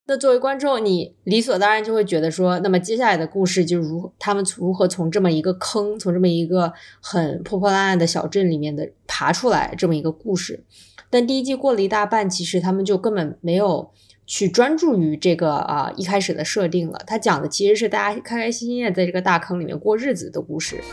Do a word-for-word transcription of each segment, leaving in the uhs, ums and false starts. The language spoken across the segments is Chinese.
那作为观众，你理所当然就会觉得说，那么接下来的故事就如他们如何从这么一个坑，从这么一个很破破烂烂的小镇里面的爬出来这么一个故事。但第一季过了一大半，其实他们就根本没有去专注于这个啊、呃、一开始的设定了。他讲的其实是大家开开心心的在这个大坑里面过日子的故事。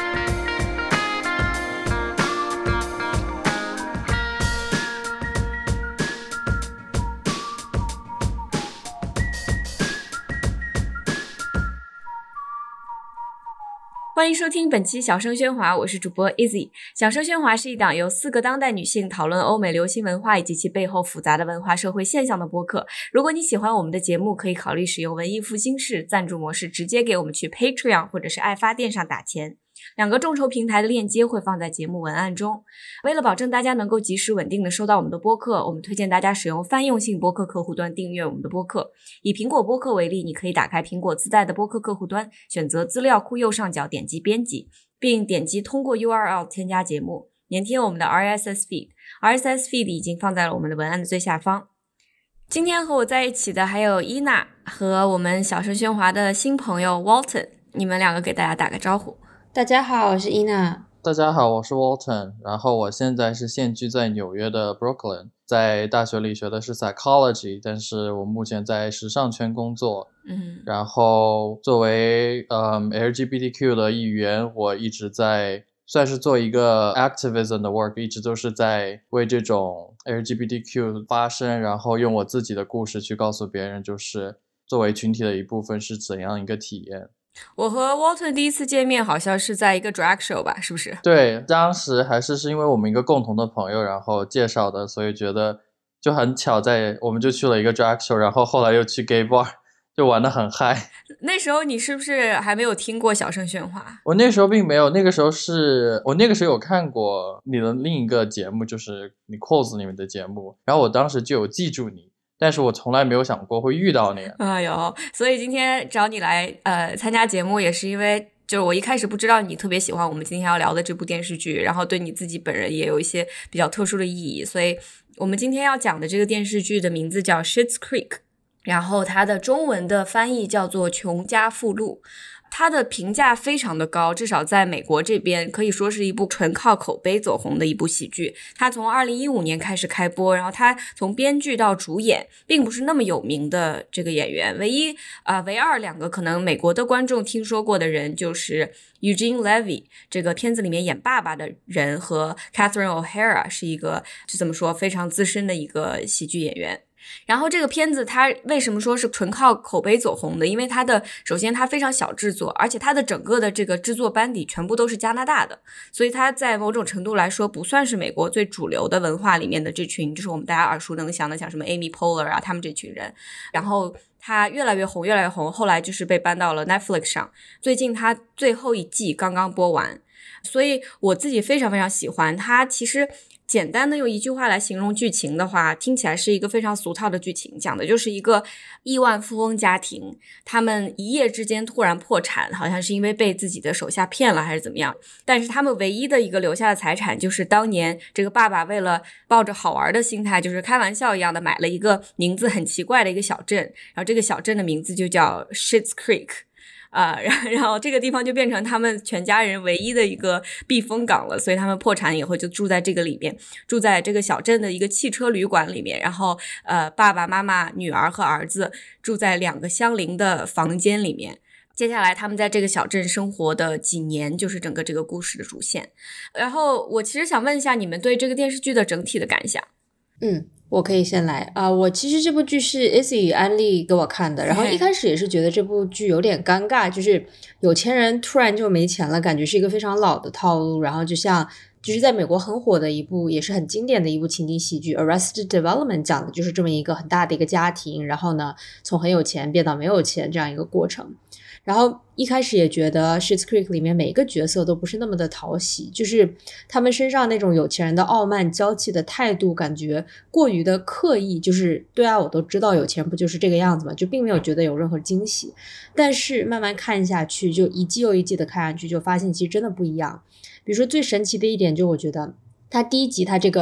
欢迎收听本期小声喧哗，我是主播 Izzy。 小声喧哗是一档由四个当代女性讨论欧美流行文化以及其背后复杂的文化社会现象的播客。如果你喜欢我们的节目，可以考虑使用文艺复兴式赞助模式，直接给我们去 Patreon 或者是爱发电上打钱。两个众筹平台的链接会放在节目文案中。为了保证大家能够及时稳定的收到我们的播客，我们推荐大家使用泛用性播客客户端订阅我们的播客。以苹果播客为例，你可以打开苹果自带的播客客户端，选择资料库右上角点击编辑，并点击通过 U R L 添加节目，粘贴我们的 R S S feed。 R S S feed 已经放在了我们的文案的最下方。今天和我在一起的还有伊娜和我们小声喧哗的新朋友 Walton， 你们两个给大家打个招呼。 大家好，我是伊娜。 大家好，我是 Walton， 然后我现在是现居在纽约的 Brooklyn， 在大学里学的是 psychology， 但是我目前在时尚圈工作。 嗯， 然后作为嗯 L G B T Q 的一员，我一直在算是做一个 activism 的 work， 一直都是在为这种 L G B T Q 发声，然后用我自己的故事去告诉别人，就是作为群体的一部分是怎样一个体验。 我和 Walton 第一次见面好像是在一个 drag show 吧，是不是？ 对，当时还是是因为我们一个共同的朋友然后介绍的，所以觉得就很巧，在我们就去了一个 drag show， 然后后来又去 gay bar， 就玩得很嗨。 那时候你是不是还没有听过小声喧哗？ 我那时候并没有，那个时候是我那个时候有看过你的另一个节目，就是你 Close 里面的节目，然后我当时就有记住你，但是我从来没有想过会遇到你。 哎呦，所以今天找你来呃参加节目也是因为就是我一开始不知道你特别喜欢我们今天要聊的这部电视剧，然后对你自己本人也有一些比较特殊的意义，所以我们今天要讲的这个电视剧的名字叫 Schitt's Creek， 然后它的中文的翻译叫做穷家富路。它的评价非常的高，至少在美国这边可以说是一部纯靠口碑走红的一部喜剧。它从二零一五年开始开播，然后它从编剧到主演并不是那么有名的这个演员，唯一啊、呃、唯二两个可能美国的观众听说过的人就是 Eugene Levy， 这个片子里面演爸爸的人，和 Catherine O'Hara 是一个就怎么说非常资深的一个喜剧演员。然后这个片子它为什么说是纯靠口碑走红的？因为它的首先它非常小制作，而且它的整个的这个制作班底全部都是加拿大的，所以它在某种程度来说不算是美国最主流的文化里面的这群，就是我们大家耳熟能详的像什么 Amy Poehler 啊他们这群人。然后它越来越红越来越红，后来就是被搬到了 Netflix 上，最近它最后一季刚刚播完，所以我自己非常非常喜欢它。其实简单的用一句话来形容剧情的话，听起来是一个非常俗套的剧情，讲的就是一个亿万富翁家庭，他们一夜之间突然破产，好像是因为被自己的手下骗了还是怎么样，但是他们唯一的一个留下的财产就是当年这个爸爸为了抱着好玩的心态，就是开玩笑一样的买了一个名字很奇怪的一个小镇，然后这个小镇的名字就叫 Schitt's Creek，啊、呃，然后这个地方就变成他们全家人唯一的一个避风港了，所以他们破产以后就住在这个里面，住在这个小镇的一个汽车旅馆里面，然后呃，爸爸妈妈、女儿和儿子住在两个相邻的房间里面。接下来他们在这个小镇生活的几年就是整个这个故事的主线。然后我其实想问一下你们对这个电视剧的整体的感想。 嗯，我可以先来啊、呃。我其实这部剧是 Izzy 安利给我看的，然后一开始也是觉得这部剧有点尴尬，就是有钱人突然就没钱了，感觉是一个非常老的套路。然后就像就是在美国很火的一部也是很经典的一部情景喜剧 Arrested Development， 讲的就是这么一个很大的一个家庭，然后呢从很有钱变到没有钱这样一个过程。然后一开始也觉得 Schitt's Creek 里面每一个角色都不是那么的讨喜，就是他们身上那种有钱人的傲慢娇气的态度感觉过于的刻意，就是对啊我都知道有钱不就是这个样子嘛，就并没有觉得有任何惊喜。但是慢慢看下去，就一季又一季的看下去，就发现其实真的不一样。比如说最神奇的一点，就我觉得他第一集他这个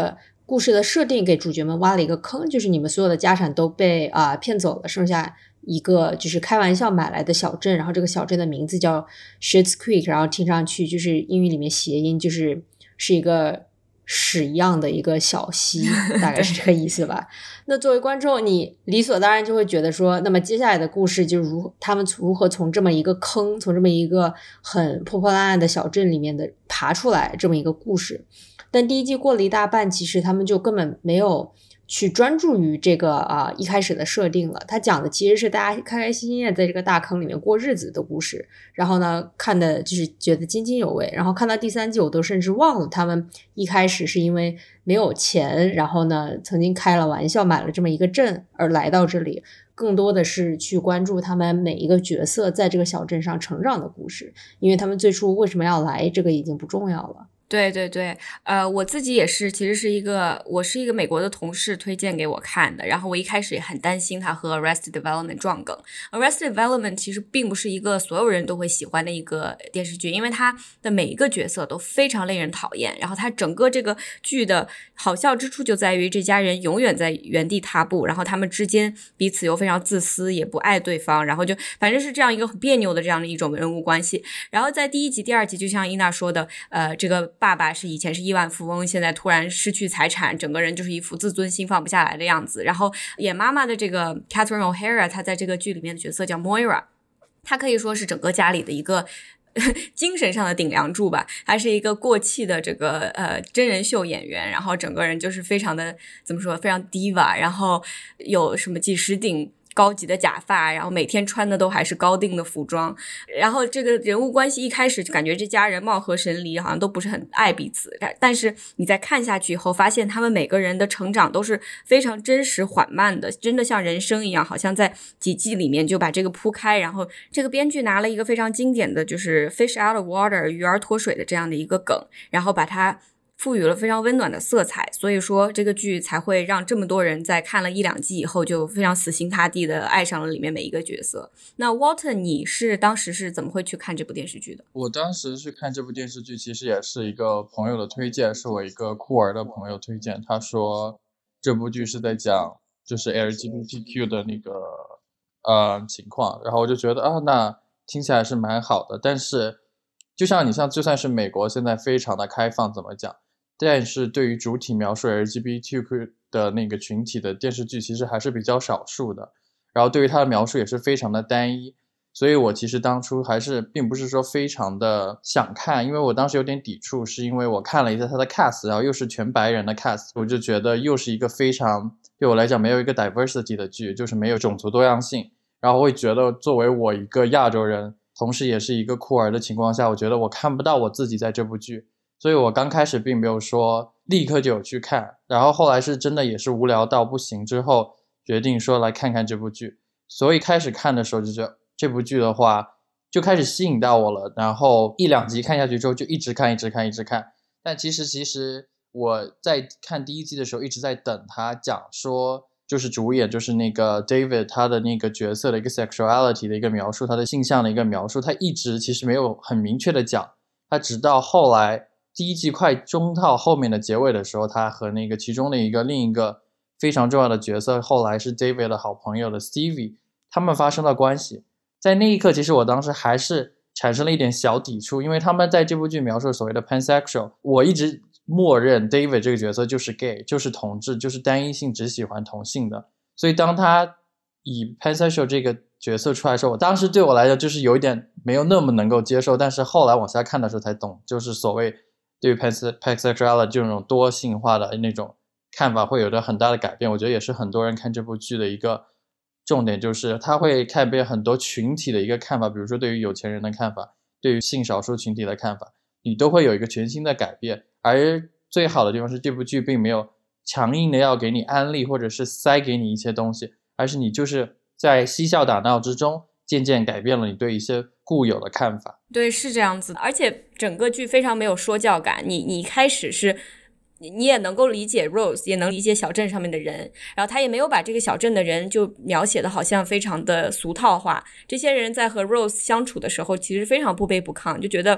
故事的设定给主角们挖了一个坑，就是你们所有的家产都被啊、呃、骗走了，剩下一个就是开玩笑买来的小镇，然后这个小镇的名字叫 Schitt's Creek， 然后听上去就是英语里面谐音就是是一个屎一样的一个小溪，大概是这个意思吧。那作为观众，你理所当然就会觉得说，那么接下来的故事就如他们如何从这么一个坑，从这么一个很破破烂烂的小镇里面的爬出来这么一个故事。但第一季过了一大半，其实他们就根本没有去专注于这个啊、呃、一开始的设定了。他讲的其实是大家开开心心的在这个大坑里面过日子的故事。然后呢，看的就是觉得津津有味。然后看到第三季，我都甚至忘了他们一开始是因为没有钱，然后呢曾经开了玩笑买了这么一个镇而来到这里。更多的是去关注他们每一个角色在这个小镇上成长的故事，因为他们最初为什么要来，这个已经不重要了。 对对对，呃，我自己也是，其实是一个，我是一个美国的同事推荐给我看的，然后我一开始也很担心它和 Arrested Development 撞梗。Arrested Development 其实并不是一个所有人都会喜欢的一个电视剧，因为它的每一个角色都非常令人讨厌，然后它整个这个剧的好笑之处就在于这家人永远在原地踏步，然后他们之间彼此又非常自私，也不爱对方，然后就反正是这样一个很别扭的这样的一种人物关系。然后在第一集、第二集，就像伊娜说的，呃，这个爸爸是以前是亿万富翁，现在突然失去财产，整个人就是一副自尊心放不下来的样子。然后演妈妈的这个 Catherine O'Hara， 她在这个剧里面的角色叫 Moira， 她可以说是整个家里的一个精神上的顶梁柱吧。她是一个过气的这个呃真人秀演员，然后整个人就是非常的怎么说，非常 diva， 然后有什么几十顶高级的假发，然后每天穿的都还是高定的服装，然后这个人物关系一开始就感觉这家人貌合神离，好像都不是很爱彼此，但是你在看下去以后发现他们每个人的成长都是非常真实缓慢的，真的像人生一样，好像在几季里面就把这个铺开。然后这个编剧拿了一个非常经典的就是 fish out of water 鱼儿脱水的这样的一个梗，然后把它赋予了非常温暖的色彩，所以说这个剧才会让这么多人在看了一两季以后就非常死心塌地的爱上了里面每一个角色。那 Walter， 你是当时是怎么会去看这部电视剧的？ 我当时去看这部电视剧其实也是一个朋友的推荐，是我一个酷儿的朋友推荐，他说这部剧是在讲就是 L G B T Q 的那个呃情况，然后我就觉得啊，那听起来是蛮好的。但是就像你像就算是美国现在非常的开放，怎么讲，但是对于主体描述 L G B T Q 的那个群体的电视剧其实还是比较少数的，然后对于它的描述也是非常的单一，所以我其实当初还是并不是说非常的想看，因为我当时有点抵触，是因为我看了一下它的 cast， 然后又是全白人的 cast， 我就觉得又是一个非常对我来讲没有一个 diversity 的剧，就是没有种族多样性，然后我会觉得作为我一个亚洲人，同时也是一个酷儿的情况下，我觉得我看不到我自己在这部剧，所以我刚开始并没有说立刻就有去看，然后后来是真的也是无聊到不行之后决定说来看看这部剧，所以开始看的时候就觉得这部剧的话就开始吸引到我了，然后一两集看下去之后就一直看一直看一直看，但其实其实我在看第一季的时候一直在等他讲说就是主演就是那个 David 他的那个角色的一个 sexuality 的一个描述，他的性向的一个描述，他一直其实没有很明确的讲，他直到后来第一季快中到后面的结尾的时候，他和那个其中的一个另一个非常重要的角色后来是 David 的好朋友的 Stevie 他们发生了关系，在那一刻其实我当时还是产生了一点小抵触，因为他们在这部剧描述所谓的 pansexual， 我一直默认 David 这个角色就是 gay， 就是同志，就是单一性只喜欢同性的，所以当他以 pansexual 这个角色出来的时候，我当时对我来讲就是有一点没有那么能够接受，但是后来往下看的时候才懂，就是所谓对于 pansexuality 这种多性化的那种看法会有着很大的改变，我觉得也是很多人看这部剧的一个重点，就是他会改变很多群体的一个看法，比如说对于有钱人的看法，对于性少数群体的看法，你都会有一个全新的改变。而最好的地方是这部剧并没有强硬的要给你安利或者是塞给你一些东西，而是你就是在嬉笑打闹之中渐渐改变了你对一些固有的看法。 对，是这样子的，而且整个剧非常没有说教感，你你开始是你也能够理解 Rose， 也能理解小镇上面的人，然后他也没有把这个小镇的人就描写的好像非常的俗套化，这些人在和 Rose 相处的时候其实非常不卑不亢，就觉得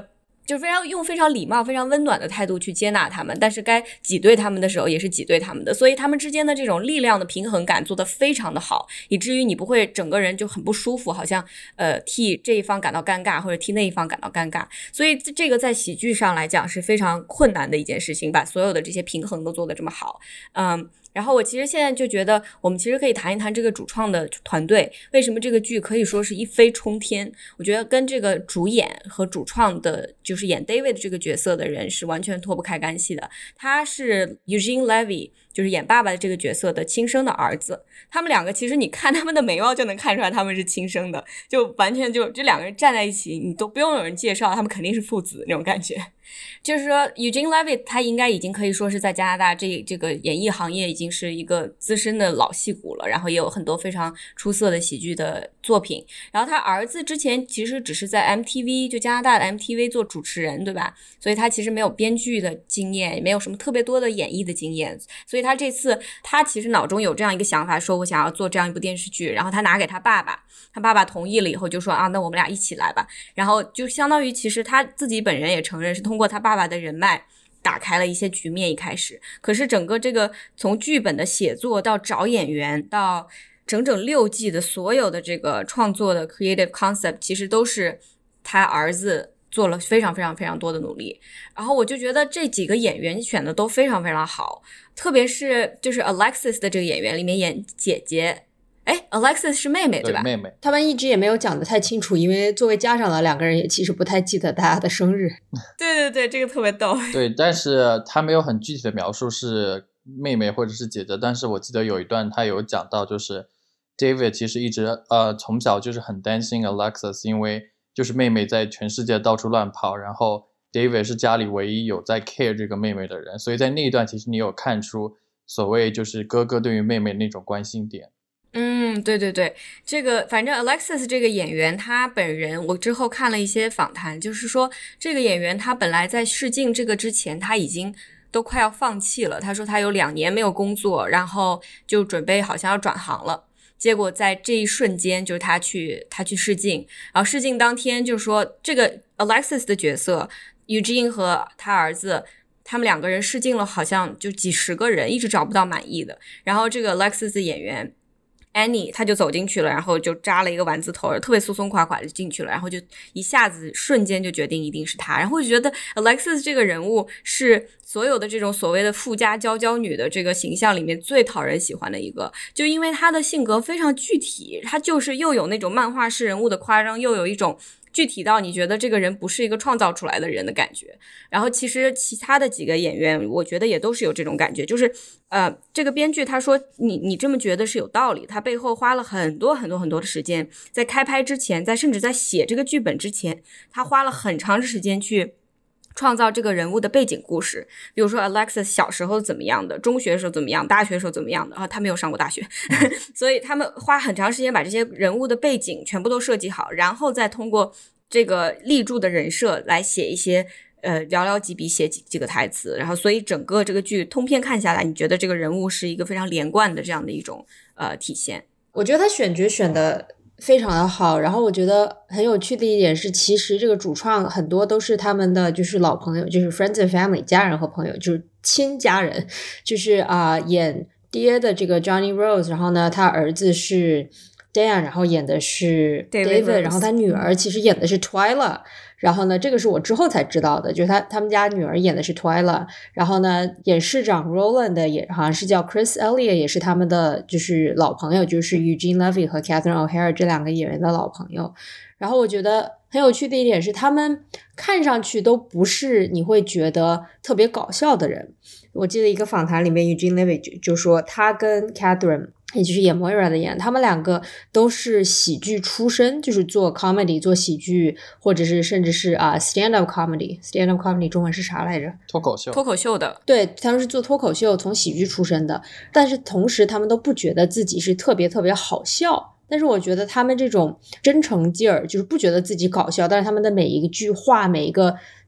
就非常用非常礼貌非常温暖的态度去接纳他们，但是该挤兑他们的时候也是挤兑他们的，所以他们之间的这种力量的平衡感做得非常的好，以至于你不会整个人就很不舒服，好像呃替这一方感到尴尬或者替那一方感到尴尬，所以这个在喜剧上来讲是非常困难的一件事情，把所有的这些平衡都做得这么好。嗯，然后我其实现在就觉得我们其实可以谈一谈这个主创的团队，为什么这个剧可以说是一飞冲天。我觉得跟这个主演和主创的就是演 David 这个角色的人是完全脱不开干系的。他是 Eugene Levy， 就是演爸爸的这个角色的亲生的儿子，他们两个其实你看他们的眉毛就能看出来他们是亲生的，就完全就这两个人站在一起你都不用有人介绍，他们肯定是父子那种感觉。就是说 Eugene Levy 他应该已经可以说是在加拿大这这个演艺行业已经是一个资深的老戏骨了，然后也有很多非常出色的喜剧的作品。然后他儿子之前其实只是在 M T V 就加拿大的 M T V 做主持人，对吧？所以他其实没有编剧的经验，也没有什么特别多的演绎的经验，所以他这次他其实脑中有这样一个想法，说我想要做这样一部电视剧，然后他拿给他爸爸，他爸爸同意了以后就说啊，那我们俩一起来吧。然后就相当于其实他自己本人也承认是通过他爸爸的人脉打开了一些局面一开始，可是整个这个从剧本的写作到找演员到整整六季的所有的这个创作的 creative concept 其实都是他儿子做了非常非常非常多的努力。然后我就觉得这几个演员选的都非常非常好，特别是就是 Alexis 的这个演员里面演姐姐，哎 Alexis 是妹妹 对, 对吧？ 妹妹。 他们一直也没有讲得太清楚，因为作为家长的两个人也其实不太记得大家的生日。 对对对，这个特别逗。 对，但是他没有很具体的描述是妹妹或者是姐姐，但是我记得有一段他有讲到，就是 David 其实一直呃从小就是很担心 Alexis， 因为就是妹妹在全世界到处乱跑，然后 David 是家里唯一有在 care 这个妹妹的人，所以在那一段其实你有看出所谓就是哥哥对于妹妹那种关心点。 嗯，对对对，这个反正 Alexis 这个演员他本人我之后看了一些访谈，就是说这个演员他本来在试镜这个之前他已经都快要放弃了，他说他有两年没有工作，然后就准备好像要转行了，结果在这一瞬间就是他去他去试镜，然后试镜当天就是说这个 Alexis 的角色 Eugene 和他儿子他们两个人试镜了好像就几十个人一直找不到满意的，然后这个 Alexis 的演员Annie 他就走进去了，然后就扎了一个丸子头，特别松松垮垮就进去了，然后就一下子瞬间就决定一定是他。然后我就觉得 Alexis 这个人物是所有的这种所谓的富家娇娇女的这个形象里面最讨人喜欢的一个，就因为她的性格非常具体，她就是又有那种漫画式人物的夸张，又有一种具体到你觉得这个人不是一个创造出来的人的感觉。然后其实其他的几个演员我觉得也都是有这种感觉，就是呃，这个编剧他说你你这么觉得是有道理，他背后花了很多很多很多的时间，在开拍之前，在甚至在写这个剧本之前，他花了很长的时间去创造这个人物的背景故事，比如说 Alexis 小时候怎么样的，中学时候怎么样，大学时候怎么样的啊，他没有上过大学所以他们花很长时间把这些人物的背景全部都设计好，然后再通过这个立住的人设来写一些呃寥寥几笔写几几个台词，然后所以整个这个剧通篇看下来，你觉得这个人物是一个非常连贯的这样的一种呃体现。 我觉得他选角选的非常的好，然后我觉得很有趣的一点是，其实这个主创很多都是他们的就是老朋友，就是 friends and family 家人和朋友，就是亲家人，就是啊、呃、演爹的这个 Johnny Rose， 然后呢他儿子是 Dan， 然后演的是 David，, David 然后他女儿其实演的是 Twyla， 然后呢这个是我之后才知道的，就是他他们家女儿演的是 Twyla， 然后呢演市长 Roland 的也好像是叫 Chris Elliott， 也是他们的就是老朋友，就是 Eugene Levy 和 Catherine O'Hara 这两个演员的老朋友。然后我觉得很有趣的一点是，他们看上去都不是你会觉得特别搞笑的人。我记得一个访谈里面 Eugene Levy 就, 就说他跟 Catherine也就是演 Moira 的演，他们两个都是喜剧出身，就是做 comedy 做喜剧，或者是甚至是啊、uh, stand up comedy stand up comedy 中文是啥来着？ 脱口秀。 脱口秀的。 对，他们是做脱口秀从喜剧出身的，但是同时他们都不觉得自己是特别特别好笑，但是我觉得他们这种真诚劲儿就是不觉得自己搞笑，但是他们的每一个句话每一个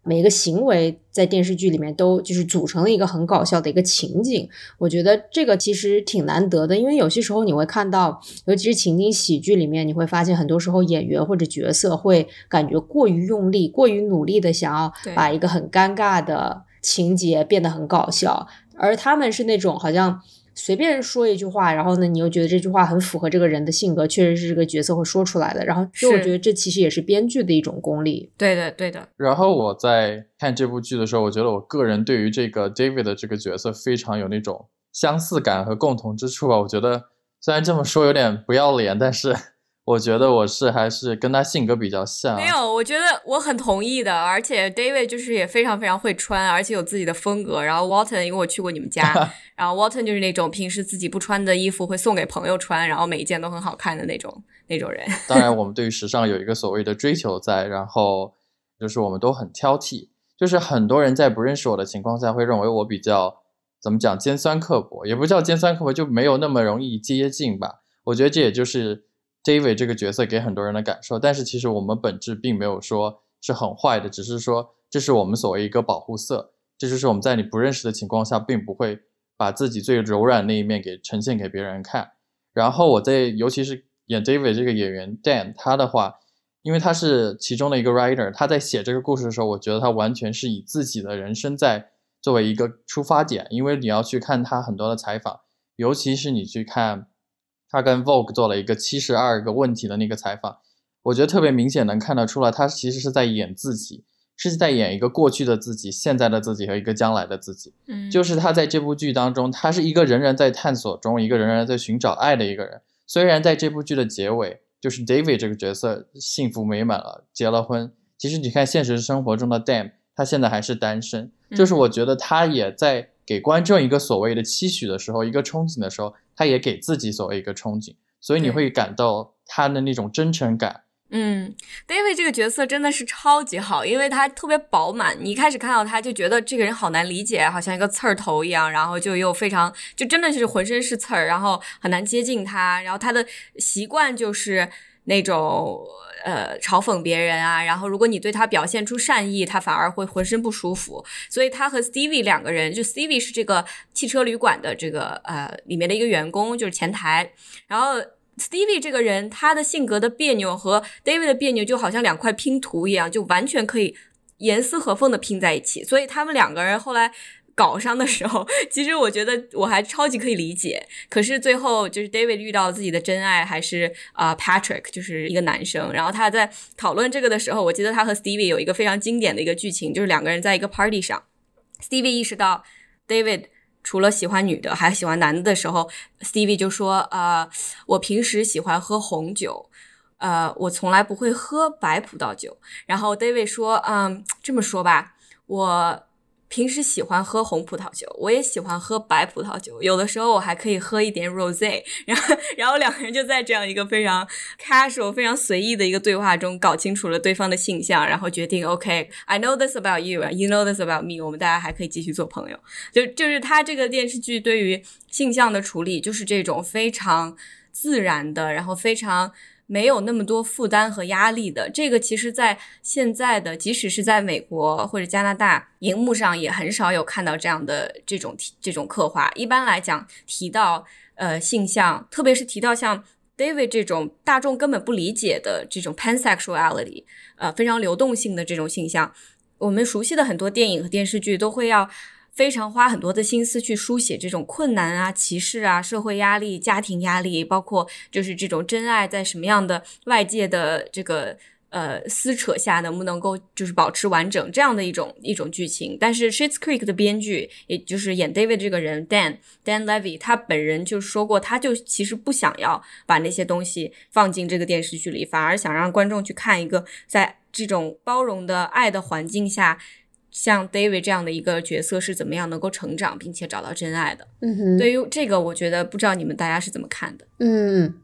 每一个行为在电视剧里面都就是组成了一个很搞笑的一个情景。我觉得这个其实挺难得的，因为有些时候你会看到，尤其是情景喜剧里面，你会发现很多时候演员或者角色会感觉过于用力过于努力的想要把一个很尴尬的情节变得很搞笑，而他们是那种好像随便说一句话，然后呢你又觉得这句话很符合这个人的性格，确实是这个角色会说出来的，然后所以我觉得这其实也是编剧的一种功力。 对的对的。 然后我在看这部剧的时候，我觉得我个人对于这个 David 的这个角色非常有那种相似感和共同之处吧。我觉得虽然这么说有点不要脸，但是我觉得我是还是跟他性格比较像。 没有，我觉得我很同意的，而且 David 就是也非常非常会穿，而且有自己的风格。然后 Walton 因为我去过你们家然后 Walton 就是那种平时自己不穿的衣服会送给朋友穿，然后每一件都很好看的那种那种人。 当然我们对于时尚有一个所谓的追求在，然后就是我们都很挑剔，就是很多人在不认识我的情况下会认为我比较怎么讲尖酸刻薄，也不叫尖酸刻薄，就没有那么容易接近吧。我觉得这也就是David 这个角色给很多人的感受，但是其实我们本质并没有说是很坏的，只是说这是我们所谓一个保护色，这就是我们在你不认识的情况下并不会把自己最柔软那一面给呈现给别人看。然后我在尤其是演 David 这个演员 Dan 他的话，因为他是其中的一个 writer， 他在写这个故事的时候，我觉得他完全是以自己的人生在作为一个出发点，因为你要去看他很多的采访，尤其是你去看他跟 Vogue 做了一个七十二个问题的那个采访，我觉得特别明显能看得出来，他其实是在演自己，是在演一个过去的自己、现在的自己和一个将来的自己。 嗯， 就是他在这部剧当中，他是一个仍然在探索中，一个仍然在寻找爱的一个人。虽然在这部剧的结尾，就是 David 这个角色幸福美满了，结了婚，其实你看现实生活中的 Dan， 他现在还是单身。就是我觉得他也在给观众一个所谓的期许的时候，一个憧憬的时候，他也给自己所谓一个憧憬，所以你会感到他的那种真诚感。 嗯 David 这个角色真的是超级好，因为他特别饱满，你一开始看到他就觉得这个人好难理解，好像一个刺儿头一样，然后就又非常就真的是浑身是刺儿，然后很难接近他，然后他的习惯就是那种呃嘲讽别人啊，然后如果你对他表现出善意，他反而会浑身不舒服。所以他和 Stevie 两个人，就 Stevie 是这个汽车旅馆的这个呃里面的一个员工，就是前台，然后Stevie 这个人他的性格的别扭和 David 的别扭就好像两块拼图一样，就完全可以严丝合缝的拼在一起，所以他们两个人后来搞上的时候，其实我觉得我还超级可以理解。可是最后就是 David 遇到自己的真爱还是啊、呃、Patrick， 就是一个男生，然后他在讨论这个的时候，我记得他和 Stevie 有一个非常经典的一个剧情，就是两个人在一个 party 上， Stevie 意识到 David除了喜欢女的还喜欢男的的时候， Stevie 就说呃，我平时喜欢喝红酒，呃，我从来不会喝白葡萄酒。然后 David 说嗯，这么说吧，我平时喜欢喝红葡萄酒，我也喜欢喝白葡萄酒，有的时候我还可以喝一点 rosé。 然后然后两个人就在这样一个非常 casual 非常随意的一个对话中搞清楚了对方的性向，然后决定 OK I know this about you you know this about me， 我们大家还可以继续做朋友。就就是他这个电视剧对于性向的处理就是这种非常自然的，然后非常没有那么多负担和压力的。这个其实在现在的即使是在美国或者加拿大荧幕上也很少有看到这样的这种这种刻画。一般来讲提到呃性向，特别是提到像 David 这种大众根本不理解的这种 pansexuality， 呃非常流动性的这种性向，我们熟悉的很多电影和电视剧都会要非常花很多的心思去书写这种困难啊、歧视啊、社会压力、家庭压力，包括就是这种真爱在什么样的外界的这个呃撕扯下能不能够就是保持完整，这样的一种一种剧情。但是 Schitt's Creek 的编剧，也就是演 David 这个人 Dan Dan Levy， 他本人就说过，他就其实不想要把那些东西放进这个电视剧里，反而想让观众去看一个在这种包容的爱的环境下，像 David 这样的一个角色是怎么样能够成长并且找到真爱的。 嗯哼， 对于这个我觉得不知道你们大家是怎么看的。 嗯，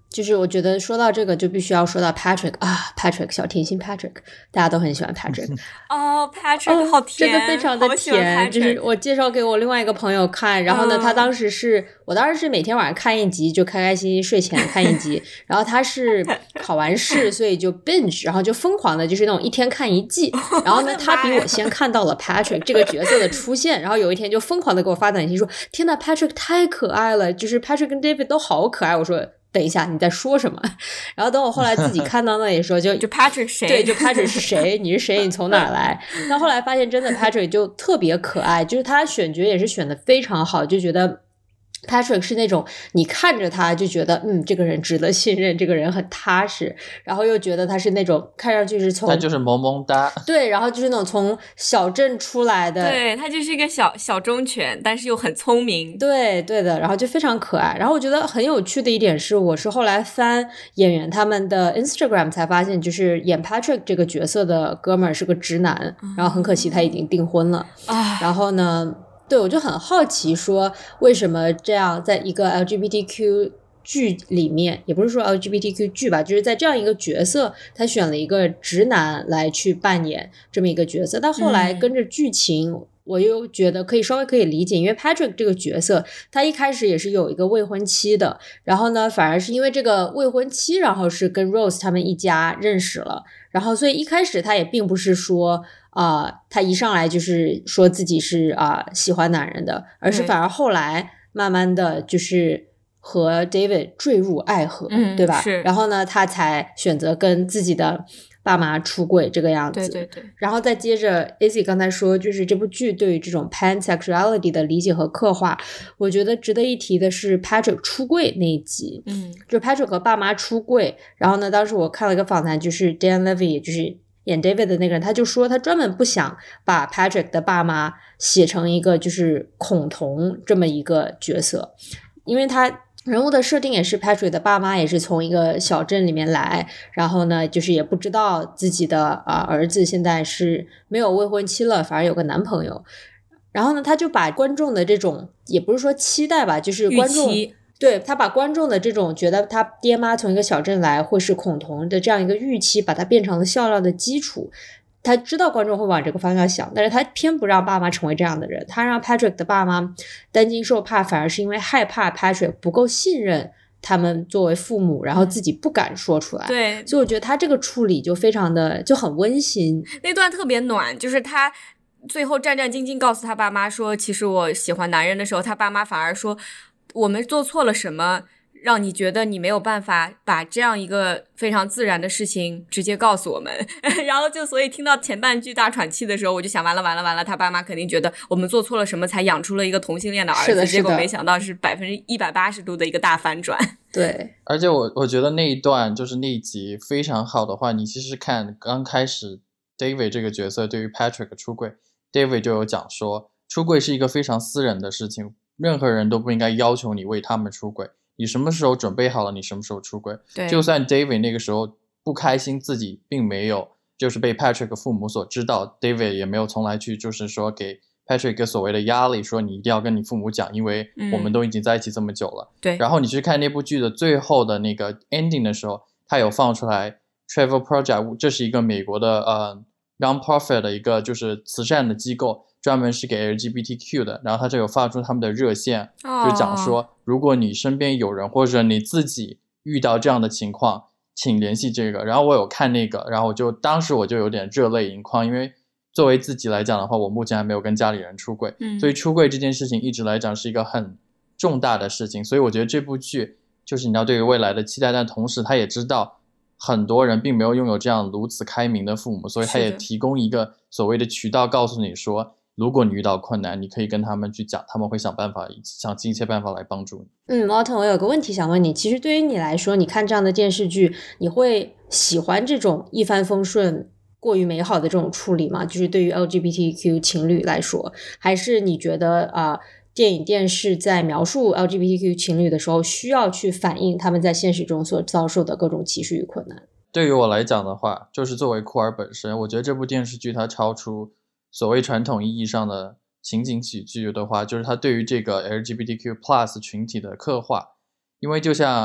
就是我觉得说到这个就必须要说到 Patrick 啊 ，Patrick 小甜心 Patrick， 大家都很喜欢 Patrick 哦 Patrick 好甜、 哦，这个非常的甜，就是我介绍给我另外一个朋友看，然后呢、嗯、他当时是我当时是每天晚上看一集，就开开心心睡前看一集然后他是考完试所以就 binge 然后就疯狂的就是那种一天看一季，然后呢他比我先看到了 Patrick 这个角色的出现，然后有一天就疯狂的给我发短信说天哪 Patrick 太可爱了，就是 Patrick 跟 David 都好可爱，我说等一下你在说什么，然后等我后来自己看到那里说就就 Patrick 谁， 对，就 Patrick 是谁你是谁，你从哪儿来那后来发现真的 Patrick 就特别可爱，就是他选角也是选的非常好，就觉得Patrick 是那种你看着他就觉得嗯，这个人值得信任，这个人很踏实，然后又觉得他是那种看上去是从他就是萌萌哒， 对，然后就是那种从小镇出来的， 对，他就是一个小小忠犬，但是又很聪明， 对对的，然后就非常可爱。然后我觉得很有趣的一点是，我是后来翻演员他们的 Instagram 才发现，就是演 Patrick 这个角色的哥们儿是个直男、嗯、然后很可惜他已经订婚了、 啊、 然后呢对，我就很好奇说为什么这样在一个 L G B T Q 剧里面，也不是说 L G B T Q 剧吧，就是在这样一个角色他选了一个直男来去扮演这么一个角色，但后来跟着剧情、嗯、我又觉得可以稍微可以理解，因为 Patrick 这个角色他一开始也是有一个未婚妻的，然后呢反而是因为这个未婚妻然后是跟 Rose 他们一家认识了，然后所以一开始他也并不是说啊、呃，他一上来就是说自己是啊、呃、喜欢男人的，而是反而后来慢慢的就是和 David 坠入爱河、 嗯、 对吧？ 是。 然后呢他才选择跟自己的爸妈出柜这个样子。 对对对。 然后再接着 Izzy 刚才说就是这部剧对于这种 pansexuality 的理解和刻画，我觉得值得一提的是 Patrick 出柜那一集， 嗯， 就 Patrick 和爸妈出柜，然后呢当时我看了一个访谈，就是 Dan Levy 就是演 David 的那个人，他就说他专门不想把 Patrick 的爸妈写成一个就是恐同这么一个角色，因为他人物的设定也是 Patrick 的爸妈也是从一个小镇里面来，然后呢就是也不知道自己的、呃、儿子现在是没有未婚妻了，反而有个男朋友，然后呢他就把观众的这种也不是说期待吧，就是观众对他把观众的这种觉得他爹妈从一个小镇来会是恐同的这样一个预期，把它变成了笑料的基础，他知道观众会往这个方向想，但是他偏不让爸妈成为这样的人，他让 Patrick 的爸妈担惊受怕，反而是因为害怕 Patrick 不够信任他们作为父母，然后自己不敢说出来。 对， 所以我觉得他这个处理就非常的就很温馨， 那段特别暖，就是他最后战战兢兢告诉他爸妈说其实我喜欢男人的时候，他爸妈反而说我们做错了什么让你觉得你没有办法把这样一个非常自然的事情直接告诉我们然后就所以听到前半句大喘气的时候，我就想完了完了完了，他爸妈肯定觉得我们做错了什么才养出了一个同性恋的儿子， 是的是的， 结果没想到是百分之一百八十度的一个大反转。 对， 而且我我觉得那一段就是那一集非常好的话，你其实看刚开始 David 这个角色对于 Patrick 出柜， David 就有讲说出柜是一个非常私人的事情，任何人都不应该要求你为他们出柜，你什么时候准备好了你什么时候出柜。 对， 就算 David 那个时候不开心自己并没有就是被 Patrick 父母所知道， David 也没有从来去就是说给 Patrick 一个所谓的压力说你一定要跟你父母讲，因为我们都已经在一起这么久了、嗯、 对。 然后你去看那部剧的最后的那个 ending 的时候，他有放出来 Travel Project， 这是一个美国的呃 non-profit 的一个就是慈善的机构，专门是给 L G B T Q 的，然后他就有发出他们的热线、哦、就讲说如果你身边有人或者你自己遇到这样的情况请联系这个。然后我有看那个，然后我就当时我就有点热泪盈眶，因为作为自己来讲的话，我目前还没有跟家里人出柜、嗯、所以出柜这件事情一直来讲是一个很重大的事情，所以我觉得这部剧就是你要对于未来的期待，但同时他也知道很多人并没有拥有这样如此开明的父母，所以他也提供一个所谓的渠道告诉你说如果你遇到困难你可以跟他们去讲，他们会想办法想尽一切办法来帮助你。 嗯 Martin 我有个问题想问你，其实对于你来说你看这样的电视剧你会喜欢这种一帆风顺过于美好的这种处理吗？就是对于 L G B T Q 情侣来说，还是你觉得啊、呃，电影电视在描述 L G B T Q 情侣的时候需要去反映他们在现实中所遭受的各种歧视与困难？ 对于我来讲的话，就是作为酷儿本身，我觉得这部电视剧它超出所谓传统意义上的情景喜剧的话，就是它对于这个 L G B T Q plus 群体的刻画。因为就像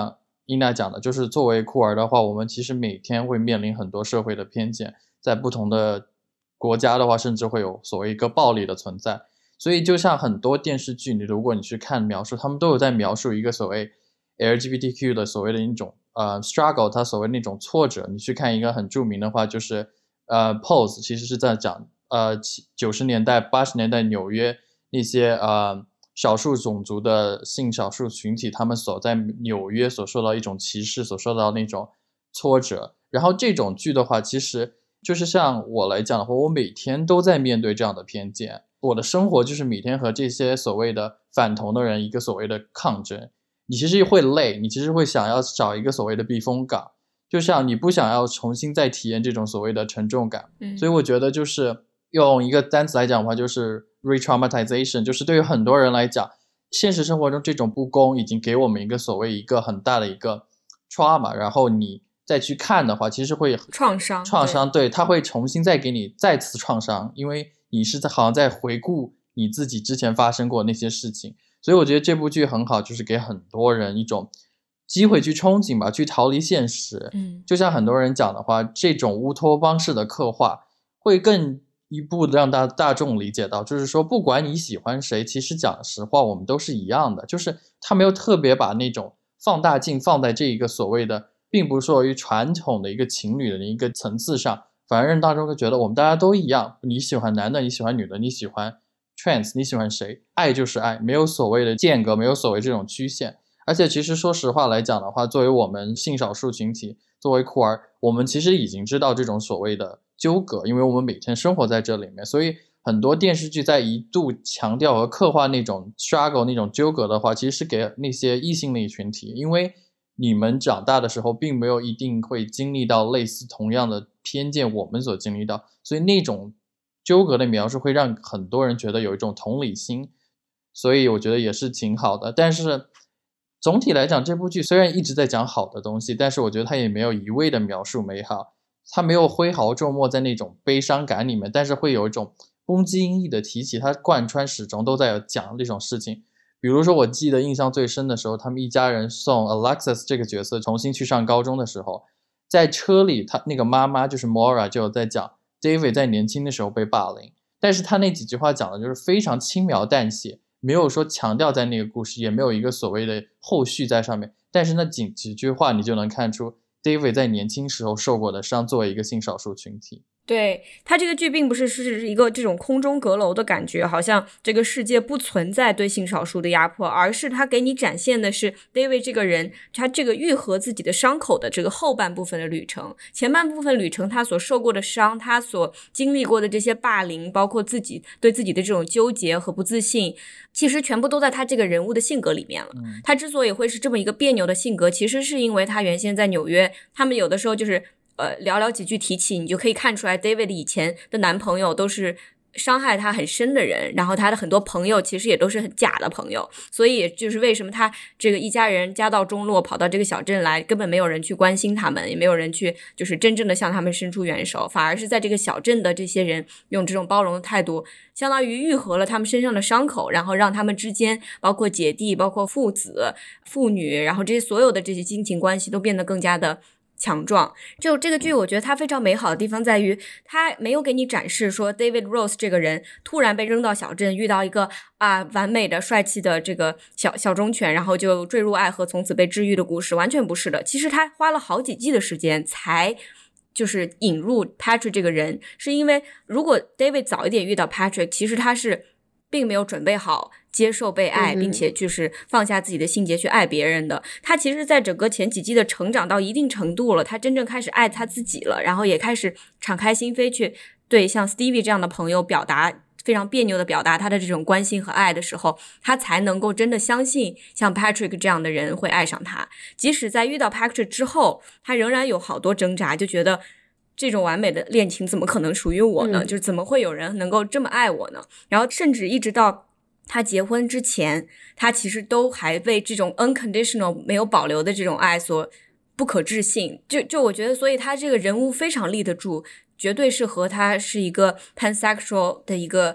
伊娜讲的，就是作为酷儿的话，我们其实每天会面临很多社会的偏见，在不同的国家的话，甚至会有所谓一个暴力的存在。所以就像很多电视剧，你如果你去看描述，他们都有在描述一个所谓 L G B T Q 的所谓的一种呃 struggle， 它所谓那种挫折。你去看一个很著名的话，就是呃 Pose， 其实是在讲呃九十年代八十年代纽约那些呃少数种族的性少数群体，他们所在纽约所受到一种歧视，所受到那种挫折。然后这种剧的话，其实就是像我来讲的话，我每天都在面对这样的偏见。我的生活就是每天和这些所谓的反同的人一个所谓的抗争。你其实会累，你其实会想要找一个所谓的避风港，就像你不想要重新再体验这种所谓的沉重感。 嗯， 所以我觉得就是用一个单词来讲的话，就是 re-traumatization， 就是对于很多人来讲，现实生活中这种不公已经给我们一个所谓一个很大的一个 trauma， 然后你再去看的话，其实会创伤创伤，对，它会重新再给你再次创伤，因为你是在好像在回顾你自己之前发生过那些事情。所以我觉得这部剧很好，就是给很多人一种机会去憧憬吧，去逃离现实。 嗯， 就像很多人讲的话，这种乌托邦式的刻画会更一步让大大众理解到，就是说不管你喜欢谁，其实讲实话我们都是一样的，就是他没有特别把那种放大镜放在这一个所谓的并不是属于传统的一个情侣的一个层次上，反而让大众会觉得我们大家都一样，你喜欢男的，你喜欢女的，你喜欢 trans， 你喜欢谁，爱就是爱，没有所谓的间隔，没有所谓这种曲线。而且其实说实话来讲的话，作为我们性少数群体，作为酷儿，我们其实已经知道这种所谓的纠葛，因为我们每天生活在这里面，所以很多电视剧在一度强调和刻画那种 struggle 那种纠葛的话，其实是给那些异性恋群体，因为你们长大的时候并没有一定会经历到类似同样的偏见我们所经历到，所以那种纠葛的描述会让很多人觉得有一种同理心，所以我觉得也是挺好的。但是总体来讲，这部剧虽然一直在讲好的东西，但是我觉得它也没有一味的描述美好，它没有挥毫骤墨在那种悲伤感里面，但是会有一种攻击音译的提起，它贯穿始终都在讲这种事情。比如说我记得印象最深的时候，他们一家人送 Alexis 这个角色重新去上高中的时候，在车里他那个妈妈就是 Maura 就有在讲 David 在年轻的时候被霸凌，但是他那几句话讲的就是非常轻描淡写，没有说强调在那个故事，也没有一个所谓的后续在上面，但是那几几句话你就能看出 David 在年轻时候受过的伤，作为一个性少数群体。 对，他这个剧并不是是一个这种空中阁楼的感觉，好像这个世界不存在对性少数的压迫，而是他给你展现的是 David 这个人他这个愈合自己的伤口的这个后半部分的旅程。前半部分旅程他所受过的伤，他所经历过的这些霸凌，包括自己对自己的这种纠结和不自信，其实全部都在他这个人物的性格里面了。 嗯， 他之所以会是这么一个别扭的性格，其实是因为他原先在纽约，他们有的时候就是呃，聊聊几句提起，你就可以看出来 David 以前的男朋友都是伤害他很深的人，然后他的很多朋友其实也都是很假的朋友，所以也就是为什么他这个一家人家道中落跑到这个小镇来，根本没有人去关心他们，也没有人去就是真正的向他们伸出援手，反而是在这个小镇的这些人用这种包容的态度，相当于愈合了他们身上的伤口，然后让他们之间包括姐弟，包括父子父女，然后这些所有的这些亲情关系都变得更加的强壮。就这个剧我觉得它非常美好的地方在于，它没有给你展示说 David Rose 这个人突然被扔到小镇，遇到一个啊完美的帅气的这个小小忠犬，然后就坠入爱河从此被治愈的故事，完全不是的。其实他花了好几季的时间才就是引入 Patrick 这个人，是因为如果 David 早一点遇到 Patrick， 其实他是并没有准备好接受被爱，并且就是放下自己的性结去爱别人的。他其实在整个前几季的成长到一定程度了，他真正开始爱他自己了，然后也开始敞开心扉去对像 Stevie 这样的朋友表达非常别扭的表达他的这种关心和爱的时候，他才能够真的相信像 Patrick 这样的人会爱上他。即使在遇到 Patrick 之后，他仍然有好多挣扎，就觉得这种完美的恋情怎么可能属于我呢、嗯、就是怎么会有人能够这么爱我呢？然后甚至一直到他结婚之前，他其实都还为这种 unconditional 没有保留的这种爱所不可置信。就就我觉得，所以他这个人物非常立得住，绝对是和他是一个 pansexual 的一个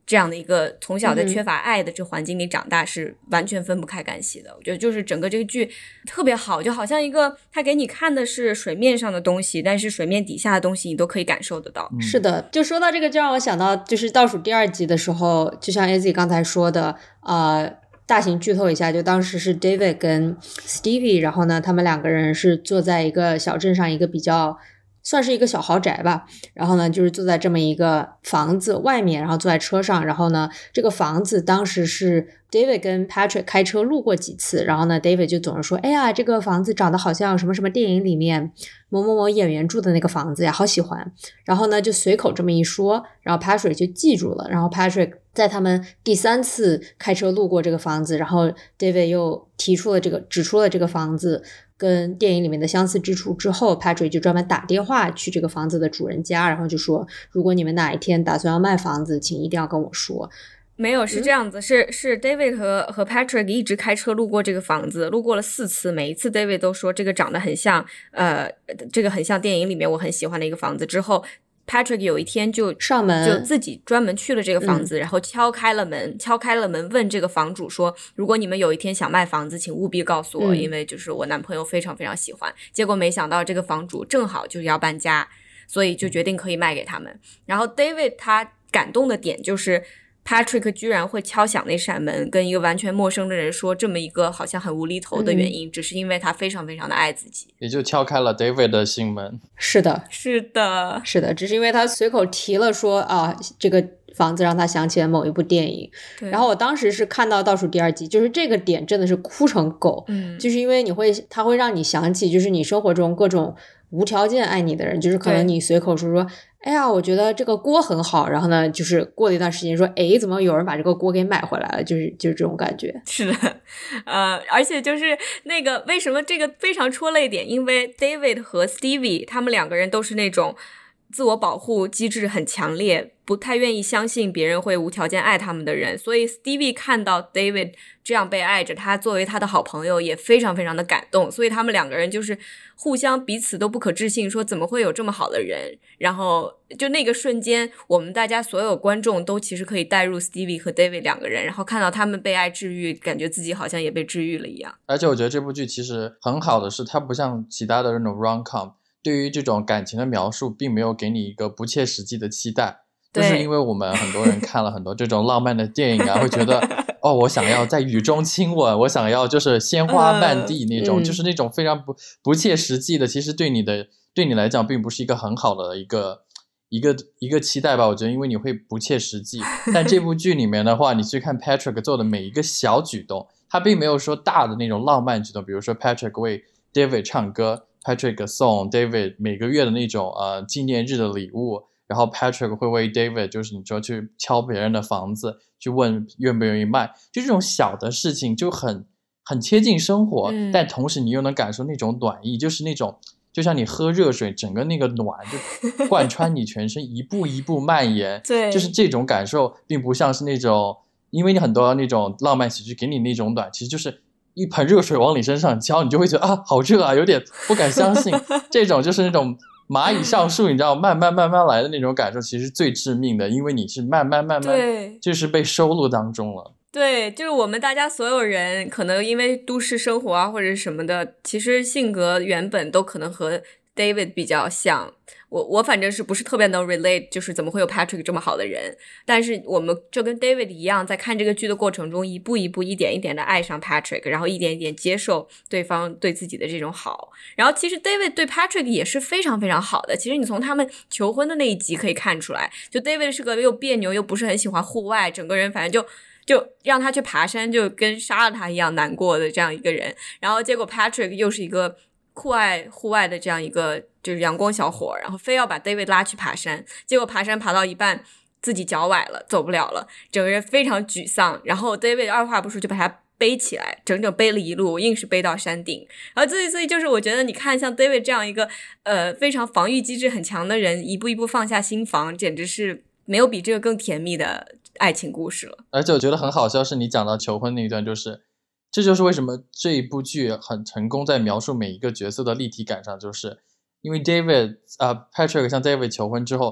这样的一个从小在缺乏爱的这环境里长大，是完全分不开干系的。我觉得就是整个这个剧特别好，就好像一个他给你看的是水面上的东西，但是水面底下的东西你都可以感受得到。 嗯、是的，就说到这个就让我想到就是倒数第二集的时候，就像 A Z 刚才说的呃大型剧透一下，就当时是 David 跟 Stevie， 然后呢他们两个人是坐在一个小镇上一个比较算是一个小豪宅吧，然后呢就是坐在这么一个房子外面，然后坐在车上，然后呢这个房子当时是 David 跟 Patrick 开车路过几次，然后呢 David 就总是说，哎呀这个房子长得好像什么什么电影里面某某某演员住的那个房子呀，好喜欢，然后呢就随口这么一说，然后 Patrick 就记住了，然后 Patrick 在他们第三次开车路过这个房子，然后 David 又提出了这个指出了这个房子跟电影里面的相似之处之后， Patrick 就专门打电话去这个房子的主人家，然后就说如果你们哪一天打算要卖房子，请一定要跟我说。 没有，是这样子、嗯、是是 David 和和 Patrick 一直开车路过这个房子，路过了四次，每一次 David 都说这个长得很像呃，这个很像电影里面我很喜欢的一个房子，之后Patrick 有一天就上门， 就自己专门去了这个房子、嗯、然后敲开了门敲开了门问这个房主说，如果你们有一天想卖房子请务必告诉我、嗯、因为就是我男朋友非常非常喜欢。结果没想到这个房主正好就是要搬家，所以就决定可以卖给他们。然后 David 他感动的点就是Patrick 居然会敲响那扇门跟一个完全陌生的人说这么一个好像很无厘头的原因、嗯、只是因为他非常非常的爱自己， 也就敲开了 David 的心门。 是的是的是的，只是因为他随口提了说啊，这个房子让他想起了某一部电影。然后我当时是看到倒数第二集，就是这个点真的是哭成狗、嗯、就是因为你会他会让你想起就是你生活中各种无条件爱你的人，就是可能你随口说说哎呀我觉得这个锅很好，然后呢就是过了一段时间说哎怎么有人把这个锅给买回来了，就是就是这种感觉。 是的呃，而且就是那个为什么这个非常戳泪点，因为 David 和 Stevie 他们两个人都是那种自我保护机制很强烈，不太愿意相信别人会无条件爱他们的人，所以 Stevie 看到 David 这样被爱着，他作为他的好朋友也非常非常的感动，所以他们两个人就是互相彼此都不可置信，说怎么会有这么好的人。然后就那个瞬间我们大家所有观众都其实可以带入 Stevie 和 David 两个人，然后看到他们被爱治愈，感觉自己好像也被治愈了一样。 而且我觉得这部剧其实很好的是它不像其他的那种 rom-com，对于这种感情的描述并没有给你一个不切实际的期待，就是因为我们很多人看了很多这种浪漫的电影啊，会觉得哦我想要在雨中亲吻，我想要就是鲜花漫地那种、呃、就是那种非常不不切实际的，其实对你的对你来讲并不是一个很好的一个一个一个期待吧，我觉得因为你会不切实际。但这部剧里面的话你去看 Patrick 做的每一个小举动，他并没有说大的那种浪漫举动，比如说 Patrick 为 David 唱歌， Patrick 送 David 每个月的那种呃纪念日的礼物，然后 Patrick 会为 David 就是你说去敲别人的房子去问愿不愿意卖，就这种小的事情就很很贴近生活、嗯、但同时你又能感受那种暖意，就是那种就像你喝热水整个那个暖就贯穿你全身一步一步蔓延对， 就是这种感受并不像是那种，因为你很多那种浪漫喜剧给你那种暖，其实就是一盆热水往你身上浇，你就会觉得啊好热啊，有点不敢相信这种就是那种蚂蚁上树你知道慢慢慢慢来的那种感受，其实最致命的，因为你是慢慢慢慢就是被收录当中了。 对，就是我们大家所有人可能因为都市生活啊或者什么的，其实性格原本都可能和 David 比较像，我我反正是不是特别能 relate 就是怎么会有 Patrick 这么好的人，但是我们就跟 David 一样，在看这个剧的过程中一步一步一点一点的爱上 Patrick， 然后一点一点接受对方对自己的这种好。然后其实 David 对 Patrick 也是非常非常好的，其实你从他们求婚的那一集可以看出来，就 David 是个又别扭又不是很喜欢户外，整个人反正就就让他去爬山就跟杀了他一样难过的这样一个人，然后结果 Patrick 又是一个酷爱户外的这样一个就是阳光小伙，然后非要把 David 拉去爬山，结果爬山爬到一半自己脚崴了走不了了，整个人非常沮丧，然后 David 二话不说就把他背起来，整整背了一路，硬是背到山顶。然后所以所以就是我觉得你看像 David 这样一个呃非常防御机制很强的人，一步一步放下心防，简直是没有比这个更甜蜜的爱情故事了。 而且我觉得很好笑是你讲到求婚那一段，就是这就是为什么这一部剧很成功在描述每一个角色的立体感上，就是因为 David 啊、呃、Patrick 向 David 求婚之后，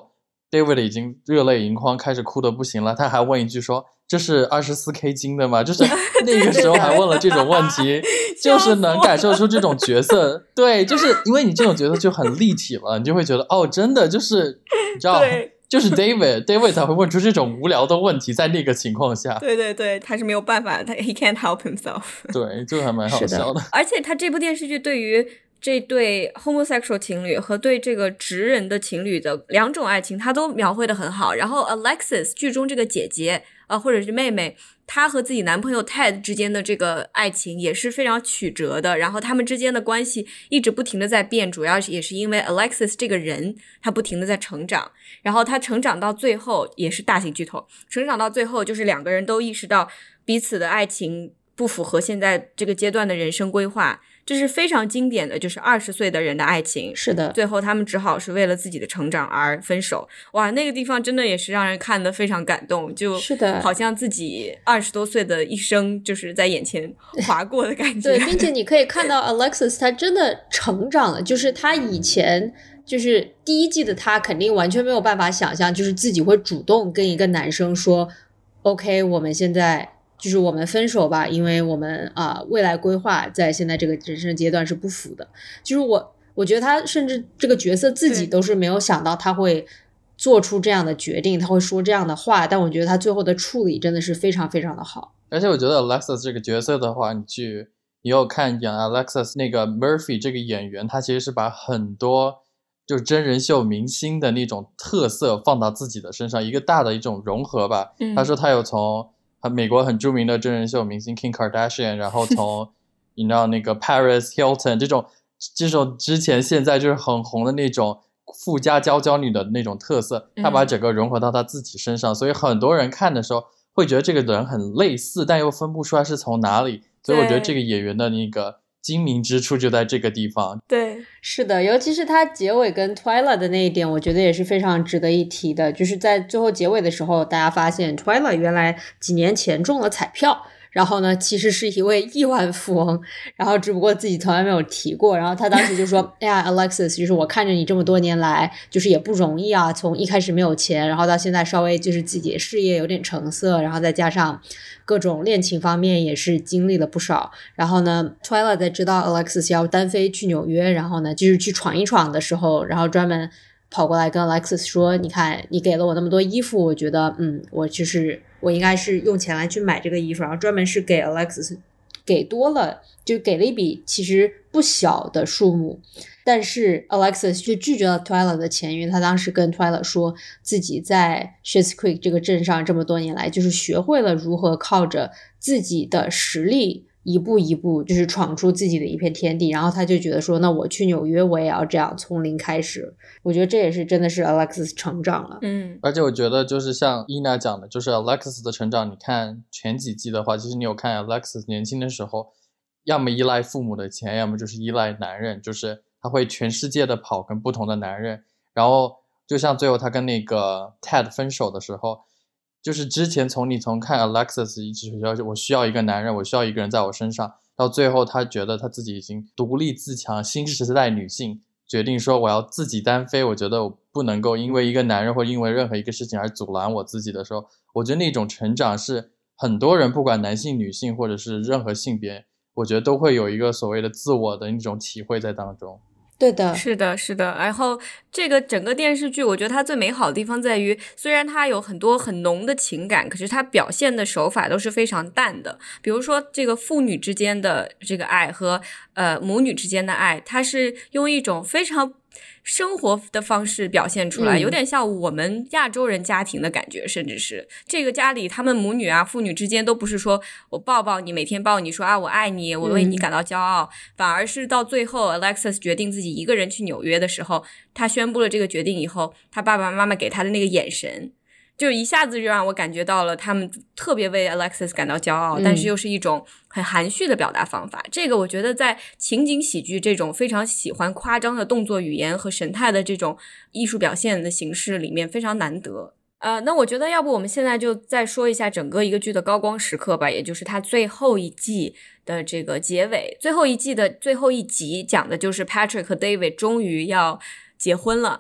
David 已经热泪盈眶，开始哭得不行了，他还问一句说这是 二十四 K 金的吗？就是那个时候还问了这种问题就是能感受出这种角色对，就是因为你这种角色就很立体了，你就会觉得哦，真的就是你知道就是 David David 才会问出这种无聊的问题，在那个情况下对对对，他是没有办法，他 he can't help himself 对，就还蛮好笑的。 而且他这部电视剧对于这对 homosexual 情侣和对这个直人的情侣的两种爱情他都描绘得很好。然后 Alexis 剧中这个姐姐呃，或者是妹妹，她和自己男朋友 Ted 之间的这个爱情也是非常曲折的，然后他们之间的关系一直不停的在变，主要也是因为 Alexis 这个人他不停的在成长，然后他成长到最后也是大型剧透，成长到最后就是两个人都意识到彼此的爱情不符合现在这个阶段的人生规划，这是非常经典的，就是二十岁的人的爱情。 是的， 最后他们只好是为了自己的成长而分手。哇，那个地方真的也是让人看得非常感动，就是的， 好像自己二十多岁的一生就是在眼前划过的感觉。 对，并且你可以看到 Alexis 他真的成长了，就是他以前就是第一季的他肯定完全没有办法想象，就是自己会主动跟一个男生说 OK 我们现在就是我们分手吧，因为我们啊、呃、未来规划在现在这个人生阶段是不符的。就是我我觉得他甚至这个角色自己都是没有想到他会做出这样的决定，他会说这样的话，但我觉得他最后的处理真的是非常非常的好。 而且我觉得 Alexis 这个角色的话，你去你有看演 Alexis 那个 Murphy 这个演员，他其实是把很多就真人秀明星的那种特色放到自己的身上，一个大的一种融合吧。 嗯、 他说他有从美国很著名的真人秀明星 Kim Kardashian， 然后从你知道那个 Paris Hilton 这种这种之前现在就是很红的那种富家娇娇女的那种特色，他把整个融合到他自己身上、嗯、所以很多人看的时候会觉得这个人很类似，但又分不出来是从哪里，所以我觉得这个演员的那个精明之处就在这个地方。 对， 是的，尤其是他结尾跟 Twyla 的那一点，我觉得也是非常值得一提的，就是在最后结尾的时候，大家发现 Twyla 原来几年前中了彩票，然后呢其实是一位亿万富翁，然后只不过自己从来没有提过，然后他当时就说哎呀 Alexis 就是我看着你这么多年来就是也不容易啊，从一开始没有钱，然后到现在稍微就是自己的事业有点成色，然后再加上各种恋情方面也是经历了不少，然后呢 Twyla 在知道 Alexis 要单飞去纽约，然后呢就是去闯一闯的时候，然后专门跑过来跟 Alexis 说你看你给了我那么多衣服，我觉得嗯我就是我应该是用钱来去买这个衣服，然后专门是给 Alexis 给多了，就给了一笔其实不小的数目，但是 Alexis 却拒绝了 Twyla 的钱，因为他当时跟 Twyla 说自己在 Schitt's Creek 这个镇上这么多年来就是学会了如何靠着自己的实力一步一步就是闯出自己的一片天地，然后他就觉得说那我去纽约我也要这样从零开始，我觉得这也是真的是 Alexis 成长了。 嗯， 而且我觉得就是像伊娜讲的，就是 Alexis 的成长，你看前几季的话，其实你有看 Alexis 年轻的时候要么依赖父母的钱，要么就是依赖男人，就是他会全世界的跑跟不同的男人，然后就像最后他跟那个 Ted 分手的时候，就是之前从你从看 Alexis 一直说我需要一个男人，我需要一个人在我身上，到最后他觉得他自己已经独立自强，新时代女性决定说我要自己单飞，我觉得我不能够因为一个男人或因为任何一个事情而阻拦我自己的时候，我觉得那种成长是很多人不管男性女性或者是任何性别，我觉得都会有一个所谓的自我的那种体会在当中。 对的， 是的是的。然后这个整个电视剧我觉得它最美好的地方在于，虽然它有很多很浓的情感，可是它表现的手法都是非常淡的，比如说这个父女之间的这个爱和呃母女之间的爱，它是用一种非常生活的方式表现出来、嗯、有点像我们亚洲人家庭的感觉，甚至是这个家里他们母女啊父女之间都不是说我抱抱你每天抱你说啊我爱你我为你感到骄傲、嗯、反而是到最后 Alexis 决定自己一个人去纽约的时候，他宣布了这个决定以后，他爸爸妈妈给他的那个眼神就一下子就让我感觉到了他们特别为 Alexis 感到骄傲、嗯、但是又是一种很含蓄的表达方法。这个我觉得在情景喜剧这种非常喜欢夸张的动作语言和神态的这种艺术表现的形式里面非常难得。呃，那我觉得要不我们现在就再说一下整个一个剧的高光时刻吧，也就是它最后一季的这个结尾。最后一季的最后一集讲的就是 Patrick 和 David 终于要结婚了，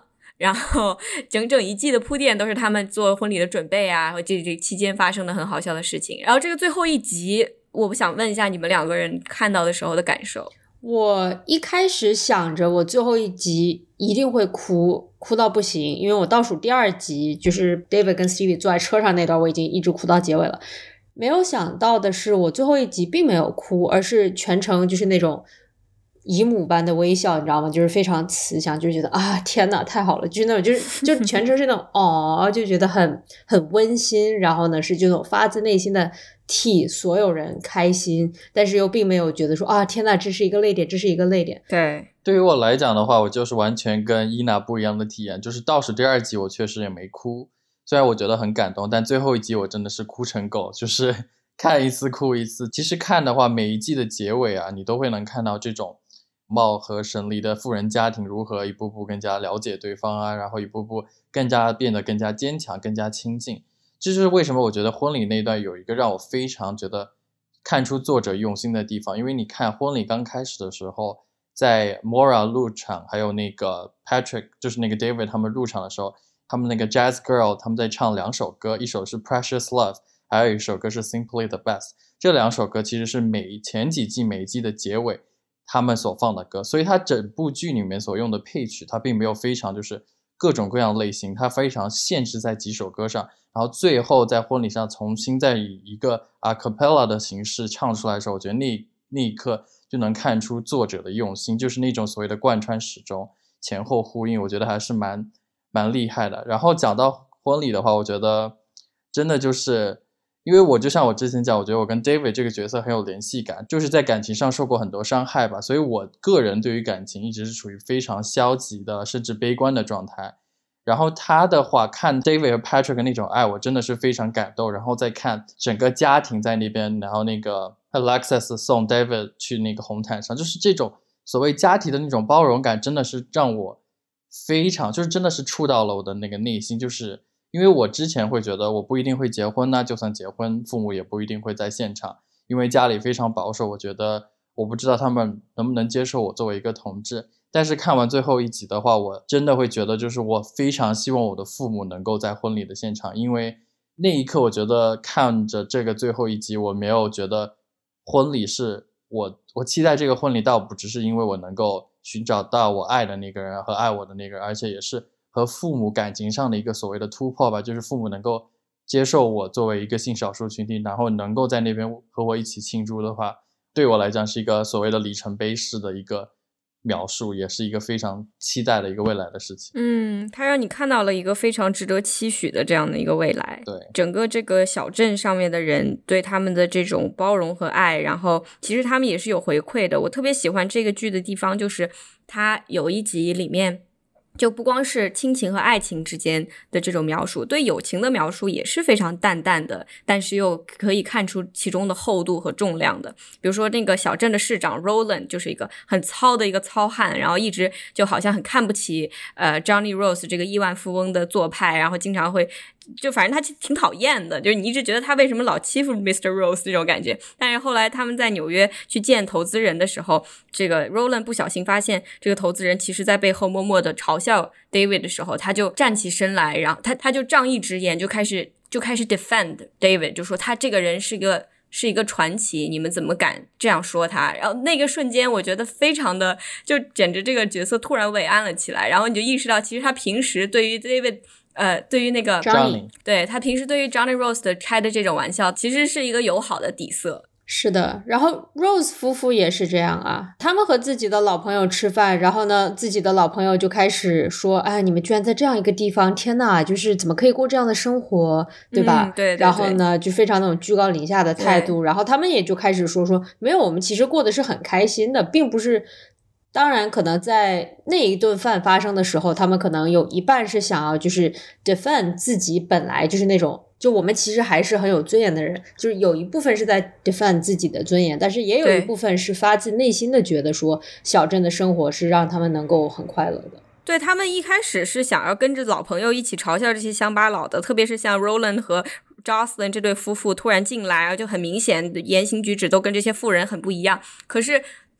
然后整整一季的铺垫都是他们做婚礼的准备啊，和这这期间发生的很好笑的事情。然后这个最后一集，我想问一下你们两个人看到的时候的感受。 我一开始想着我最后一集一定会哭哭到不行，因为我倒数第二集就是 David 跟 Stevie 坐在车上那段我已经一直哭到结尾了。没有想到的是我最后一集并没有哭，而是全程就是那种姨母般的微笑，你知道吗？就是非常慈祥，就是觉得啊天哪太好了，就是那种就是就全程是那种哦，就觉得很很温馨，然后呢是这种发自内心的替所有人开心，但是又并没有觉得说啊天哪这是一个泪点，这是一个泪点。 对， 对于我来讲的话，我就是完全跟伊娜不一样的体验，就是倒数第二集我确实也没哭，虽然我觉得很感动，但最后一集我真的是哭成狗，就是看一次哭一次。其实看的话，每一季的结尾啊，你都会能看到这种貌合神离的富人家庭如何一步步更加了解对方啊，然后一步步更加变得更加坚强，更加亲近。这就是为什么我觉得婚礼那一段有一个让我非常觉得看出作者用心的地方，因为你看婚礼刚开始的时候，在 Maura 入场还有那个 Patrick 就是那个 David 他们入场的时候，他们那个 Jazz Girl 他们在唱两首歌，一首是 Precious Love， 还有一首歌是 Simply the Best。 这两首歌其实是每前几季每一季的结尾他们所放的歌，所以它整部剧里面所用的配曲它并没有非常就是各种各样类型，它非常限制在几首歌上，然后最后在婚礼上重新再以一个 a cappella 的形式唱出来的时候，我觉得那那一刻就能看出作者的用心，就是那种所谓的贯穿始终前后呼应，我觉得还是蛮蛮厉害的。然后讲到婚礼的话，我觉得真的就是因为我就像我之前讲，我觉得我跟 David 这个角色很有联系感，就是在感情上受过很多伤害吧，所以我个人对于感情一直是处于非常消极的甚至悲观的状态。然后他的话看 David 和 Patrick 那种爱，我真的是非常感动，然后再看整个家庭在那边，然后那个 Alexis 送 David 去那个红毯上，就是这种所谓家庭的那种包容感真的是让我非常就是真的是触到了我的那个内心，就是因为我之前会觉得我不一定会结婚，那就算结婚父母也不一定会在现场，因为家里非常保守，我觉得我不知道他们能不能接受我作为一个同志。但是看完最后一集的话，我真的会觉得就是我非常希望我的父母能够在婚礼的现场，因为那一刻我觉得看着这个最后一集，我没有觉得婚礼是我我期待这个婚礼倒不只是因为我能够寻找到我爱的那个人和爱我的那个人，而且也是和父母感情上的一个所谓的突破吧，就是父母能够接受我作为一个性少数群体，然后能够在那边和我一起庆祝的话，对我来讲是一个所谓的里程碑式的一个描述，也是一个非常期待的一个未来的事情。 嗯，它让你看到了一个非常值得期许的这样的一个未来。 对， 整个这个小镇上面的人对他们的这种包容和爱，然后其实他们也是有回馈的。我特别喜欢这个剧的地方就是它有一集里面就不光是亲情和爱情之间的这种描述，对友情的描述也是非常淡淡的，但是又可以看出其中的厚度和重量的。比如说那个小镇的市长 Roland 就是一个很糙的一个糙汉，然后一直就好像很看不起呃 Johnny Rose 这个亿万富翁的做派，然后经常会就反正他挺讨厌的，就是你一直觉得他为什么老欺负 mister Rose 这种感觉。但是后来他们在纽约去见投资人的时候，这个 Roland 不小心发现这个投资人其实在背后默默的嘲笑 David 的时候，他就站起身来，然后他他就仗义直言，就开始就开始 defend David， 就说他这个人是一个是一个传奇，你们怎么敢这样说他。然后那个瞬间我觉得非常的就简直这个角色突然伟岸了起来，然后你就意识到其实他平时对于 David呃，对于那个 Johnny， 对他平时对于 Johnny Rose 的开的这种玩笑其实是一个友好的底色。 是的，然后 Rose 夫妇也是这样啊，他们和自己的老朋友吃饭，然后呢自己的老朋友就开始说，哎，你们居然在这样一个地方，天哪，就是怎么可以过这样的生活，对吧？ 嗯、对, 对, 对然后呢就非常那种居高临下的态度，然后他们也就开始说说没有，我们其实过得是很开心的，并不是。当然可能在那一顿饭发生的时候，他们可能有一半是想要就是 defend 自己本来就是那种就我们其实还是很有尊严的人，就是有一部分是在 defend 自己的尊严，但是也有一部分是发自内心的觉得说小镇的生活是让他们能够很快乐的。 对，他们一开始是想要跟着老朋友一起嘲笑这些乡巴佬的，特别是像 Roland 和 Jocelyn 这对夫妇突然进来就很明显言行举止都跟这些富人很不一样，可是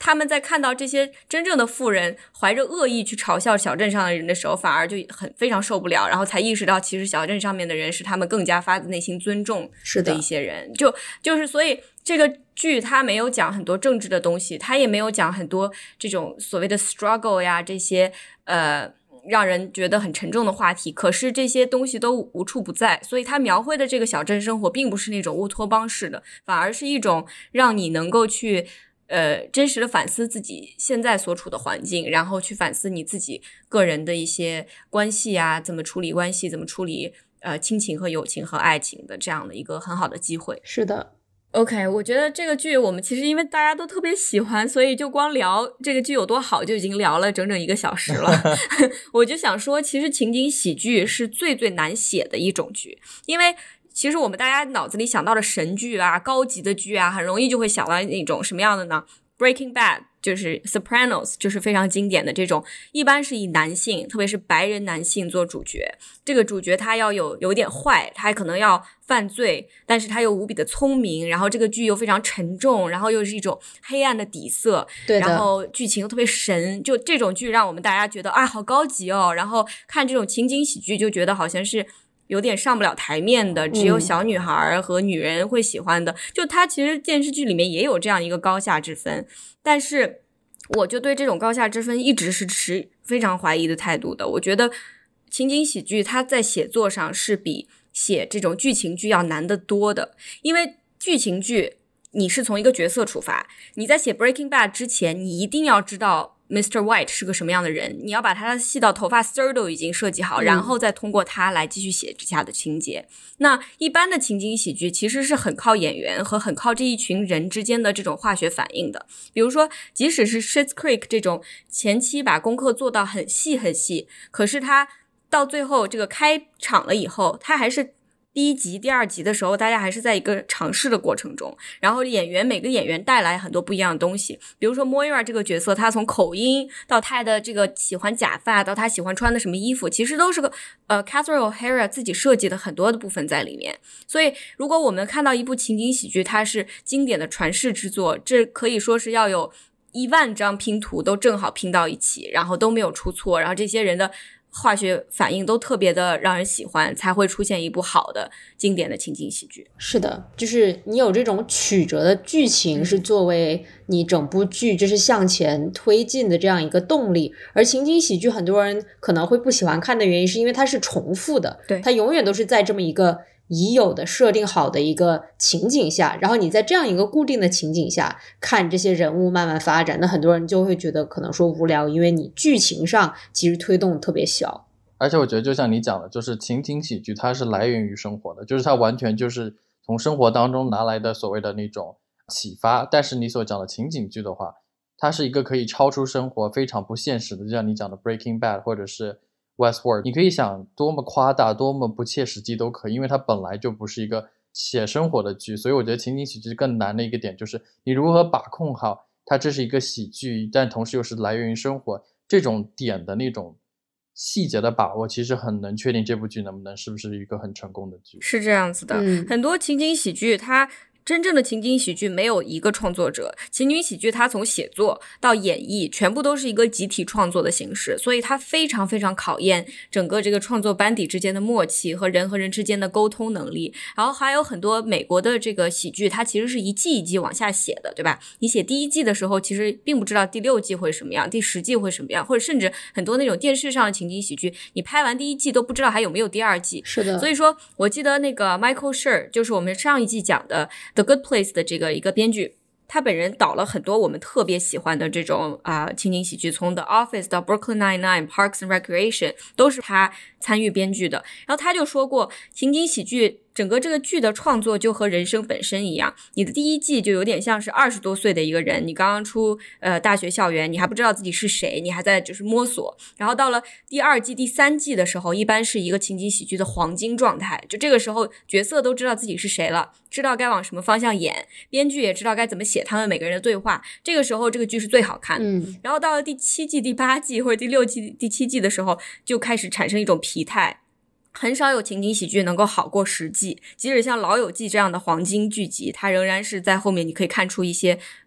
他们在看到这些真正的富人怀着恶意去嘲笑小镇上的人的时候，反而就很非常受不了，然后才意识到其实小镇上面的人是他们更加发自内心尊重的一些人。就就是所以这个剧它没有讲很多政治的东西，它也没有讲很多这种所谓的 struggle 呀，这些呃让人觉得很沉重的话题，可是这些东西都无处不在，所以他描绘的这个小镇生活并不是那种乌托邦式的，反而是一种让你能够去呃真实的反思自己现在所处的环境，然后去反思你自己个人的一些关系啊，怎么处理关系，怎么处理呃亲情和友情和爱情的这样的一个很好的机会。 是的。 OK， 我觉得这个剧我们其实因为大家都特别喜欢，所以就光聊这个剧有多好就已经聊了整整一个小时了。我就想说，其实情景喜剧是最最难写的一种剧，因为其实我们大家脑子里想到的神剧啊、高级的剧啊，很容易就会想到那种什么样的呢？ Breaking Bad 就是 Sopranos 就是非常经典的这种，一般是以男性特别是白人男性做主角，这个主角他要有有点坏，他可能要犯罪，但是他又无比的聪明，然后这个剧又非常沉重，然后又是一种黑暗的底色， 对的， 然后剧情又特别神，就这种剧让我们大家觉得啊好高级哦，然后看这种情景喜剧就觉得好像是有点上不了台面的，只有小女孩和女人会喜欢的、嗯、就它其实电视剧里面也有这样一个高下之分，但是我就对这种高下之分一直是持非常怀疑的态度的。我觉得情景喜剧它在写作上是比写这种剧情剧要难得多的，因为剧情剧你是从一个角色出发，你在写 Breaking Bad 之前你一定要知道mister White 是个什么样的人，你要把他细到头发丝儿都已经设计好、嗯、然后再通过他来继续写之下的情节。那一般的情景喜剧其实是很靠演员和很靠这一群人之间的这种化学反应的，比如说即使是 Schitt's Creek 这种前期把功课做到很细很细，可是他到最后这个开场了以后，他还是第一集第二集的时候大家还是在一个尝试的过程中，然后演员每个演员带来很多不一样的东西，比如说 Moira 这个角色，他从口音到他的这个喜欢假发到他喜欢穿的什么衣服，其实都是个呃 Catherine O'Hara 自己设计的很多的部分在里面。所以如果我们看到一部情景喜剧它是经典的传世之作，这可以说是要有一万张拼图都正好拼到一起，然后都没有出错，然后这些人的化学反应都特别的让人喜欢，才会出现一部好的经典的情景喜剧。 是的，就是你有这种曲折的剧情是作为你整部剧就是向前推进的这样一个动力，而情景喜剧很多人可能会不喜欢看的原因是因为它是重复的， 对， 它永远都是在这么一个已有的设定好的一个情景下，然后你在这样一个固定的情景下看这些人物慢慢发展，那很多人就会觉得可能说无聊，因为你剧情上其实推动特别小。 而且我觉得就像你讲的，就是情景喜剧它是来源于生活的，就是它完全就是从生活当中拿来的所谓的那种启发，但是你所讲的情景剧的话，它是一个可以超出生活非常不现实的，就像你讲的 Breaking Bad 或者是Westworld， 你可以想多么夸大多么不切实际都可以，因为它本来就不是一个写生活的剧，所以我觉得情景喜剧更难的一个点就是你如何把控好它这是一个喜剧，但同时又是来源于生活这种点的那种细节的把握，其实很能确定这部剧能不能是不是一个很成功的剧。 是这样子的、嗯、很多情景喜剧它真正的情景喜剧没有一个创作者，情景喜剧它从写作到演绎全部都是一个集体创作的形式，所以它非常非常考验整个这个创作班底之间的默契和人和人之间的沟通能力。然后还有很多美国的这个喜剧它其实是一季一季往下写的，对吧？你写第一季的时候其实并不知道第六季会什么样，第十季会什么样，或者甚至很多那种电视上的情景喜剧你拍完第一季都不知道还有没有第二季。 是的， 所以说我记得那个 Michael Schur 就是我们上一季讲的The Good Place 的这个一个编剧，他本人导了很多我们特别喜欢的这种啊、呃、情景喜剧，从 The Office 到 Brooklyn Nine-Nine Parks and Recreation 都是他参与编剧的。然后他就说过，情景喜剧整个这个剧的创作就和人生本身一样，你的第一季就有点像是二十多岁的一个人，你刚刚出呃大学校园，你还不知道自己是谁，你还在就是摸索，然后到了第二季第三季的时候，一般是一个情景喜剧的黄金状态，就这个时候角色都知道自己是谁了，知道该往什么方向演，编剧也知道该怎么写他们每个人的对话，这个时候这个剧是最好看的、嗯、然后到了第七季第八季或者第六季第七季的时候就开始产生一种疲态，很少有情景喜剧能够好过十季，即使像老友记这样的黄金剧集，它仍然是在后面你可以看出一些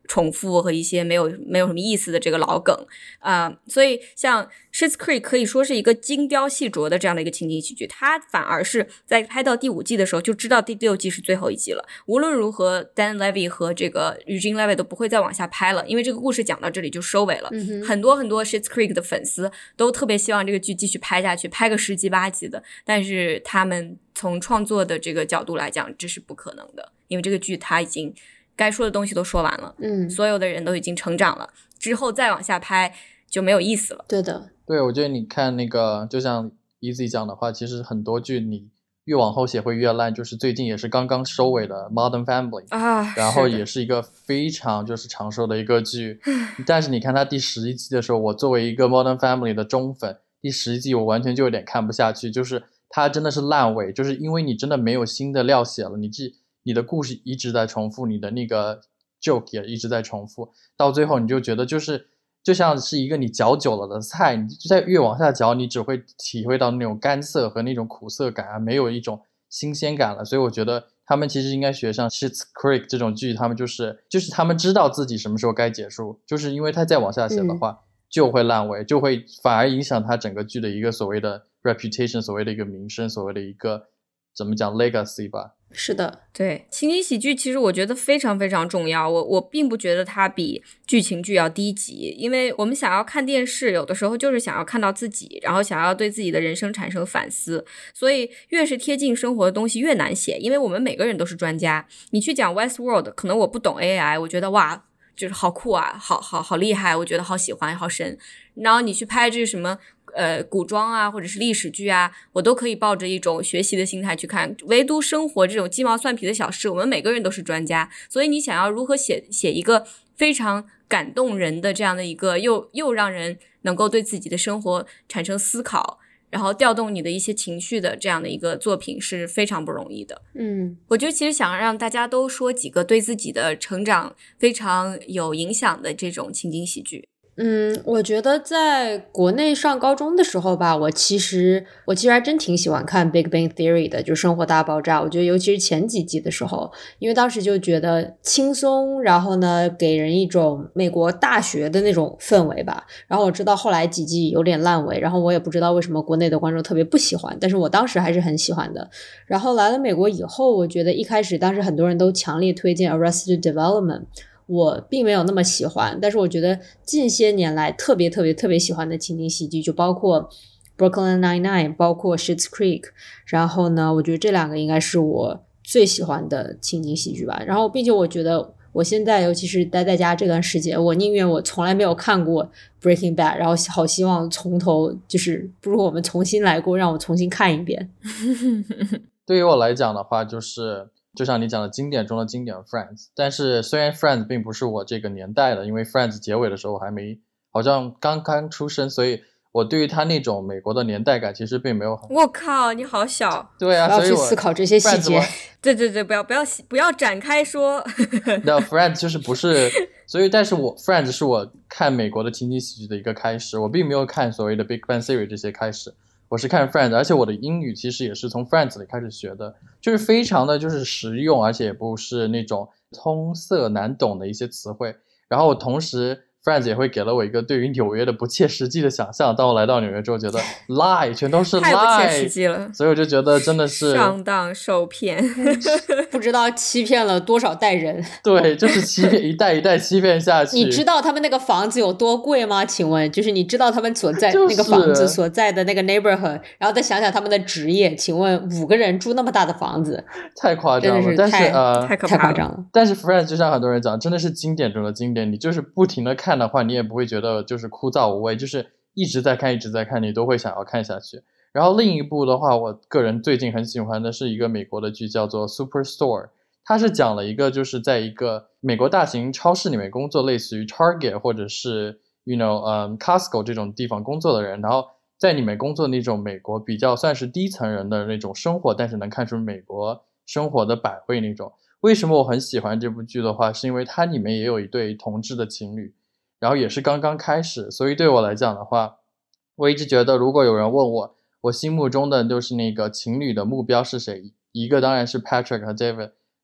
重复和一些没有没有什么意思的这个老梗啊、呃，所以像 Schitt's Creek 可以说是一个精雕细琢的这样的一个情景喜剧，它反而是在拍到第五季的时候就知道第六季是最后一季了，无论如何 Dan Levy 和这个 Eugene Levy 都不会再往下拍了，因为这个故事讲到这里就收尾了、 嗯、 很多很多 Schitt's Creek 的粉丝都特别希望这个剧继续拍下去，拍个十集八集的，但是他们从创作的这个角度来讲这是不可能的，因为这个剧它已经该说的东西都说完了， 嗯， 所有的人都已经成长了，之后再往下拍就没有意思了。 对的， 对，我觉得你看那个就像 Easy 讲的话，其实很多剧你越往后写会越烂，就是最近也是刚刚收尾的 Modern Family 啊， 然后也是一个非常就是长寿的一个剧但是你看它第十一季的时候，我作为一个 Modern Family 的忠粉，第十一季我完全就有点看不下去，就是它真的是烂尾，就是因为你真的没有新的料写了，你这你的故事一直在重复，你的那个 joke 也一直在重复，到最后你就觉得就是就像是一个你嚼久了的菜，你就在越往下嚼你只会体会到那种干涩和那种苦涩感啊，没有一种新鲜感了。所以我觉得他们其实应该学上 Schitt's Creek 这种剧，他们就是就是他们知道自己什么时候该结束，就是因为他再往下写的话、嗯、就会烂尾，就会反而影响他整个剧的一个所谓的 reputation， 所谓的一个名声，所谓的一个怎么讲 legacy 吧。 是的， 对，情景喜剧其实我觉得非常非常重要，我我并不觉得它比剧情剧要低级，因为我们想要看电视有的时候就是想要看到自己，然后想要对自己的人生产生反思，所以越是贴近生活的东西越难写，因为我们每个人都是专家，你去讲 Westworld 可能我不懂 A I， 我觉得哇就是好酷啊，好好好厉害，我觉得好喜欢好神，然后你去拍这什么呃，古装啊，或者是历史剧啊，我都可以抱着一种学习的心态去看。唯独生活这种鸡毛蒜皮的小事，我们每个人都是专家。所以你想要如何写写一个非常感动人的这样的一个，又又让人能够对自己的生活产生思考，然后调动你的一些情绪的这样的一个作品是非常不容易的。 嗯， 我觉得其实想让大家都说几个对自己的成长非常有影响的这种情景喜剧。 嗯，我觉得在国内上高中的时候吧，我其实我其实还真挺喜欢看 Big Bang Theory 的，就生活大爆炸。我觉得尤其是前几季的时候，因为当时就觉得轻松，然后呢给人一种美国大学的那种氛围吧。然后我知道后来几季有点烂尾，然后我也不知道为什么国内的观众特别不喜欢，但是我当时还是很喜欢的。然后来了美国以后，我觉得一开始当时很多人都强烈推荐 Arrested Development，我并没有那么喜欢，但是我觉得近些年来特别特别特别喜欢的情景喜剧就包括 Brooklyn Nine-Nine， 包括 Schitt's Creek， 然后呢我觉得这两个应该是我最喜欢的情景喜剧吧。然后并且我觉得我现在尤其是待在家这段时间，我宁愿我从来没有看过 Breaking Bad， 然后好希望从头就是不如我们重新来过，让我重新看一遍。 对于我来讲的话，就是就像你讲的经典中的经典 Friends， 但是虽然 Friends 并不是我这个年代的，因为 Friends 结尾的时候我还没好像刚刚出生，所以我对于他那种美国的年代感其实并没有很。 我靠，你好小。 对啊， 不要去思考这些细节。 对对对，不要不要不要展开说。 那 Friends 就是不是，所以但是我 Friends 是我看美国的情景喜剧的一个开始，我并没有看所谓的 Big Bang Theory 这些开始。我是看 Friends， 而且我的英语其实也是从 Friends 里开始学的，就是非常的就是实用，而且也不是那种通涩难懂的一些词汇。然后同时 Friends 也会给了我一个对于纽约的不切实际的想象，当我来到纽约之后觉得 lie 全都是 lie， 太不切实际了， 所以我就觉得真的是上当受骗。 不知道欺骗了多少代人。 对，就是欺骗一代一代欺骗下去。 你知道他们那个房子有多贵吗？请问，就是你知道他们所在、 就是、 那个房子所在的那个 neighborhood， 然后再想想他们的职业，请问五个人住那么大的房子， 太夸张了。 真的是但是呃， 太可太夸张了。 但是 Friends 就像很多人讲，真的是经典中的经典，你就是不停的看的话，你也不会觉得就是枯燥无味，就是一直在看一直在看，你都会想要看下去。然后另一部的话，我个人最近很喜欢的是一个美国的剧，叫做 Superstore， 它是讲了一个就是在一个美国大型超市里面工作，类似于 Target 或者是 you know 嗯、um, Costco 这种地方工作的人，然后在里面工作那种美国比较算是低层人的那种生活，但是能看出美国生活的百味那种。为什么我很喜欢这部剧的话，是因为它里面也有一对同志的情侣，然后也是刚刚开始，所以对我来讲的话，我一直觉得如果有人问我我心目中的就是那个情侣的目标是谁，一个当然是 Patrick 和 David，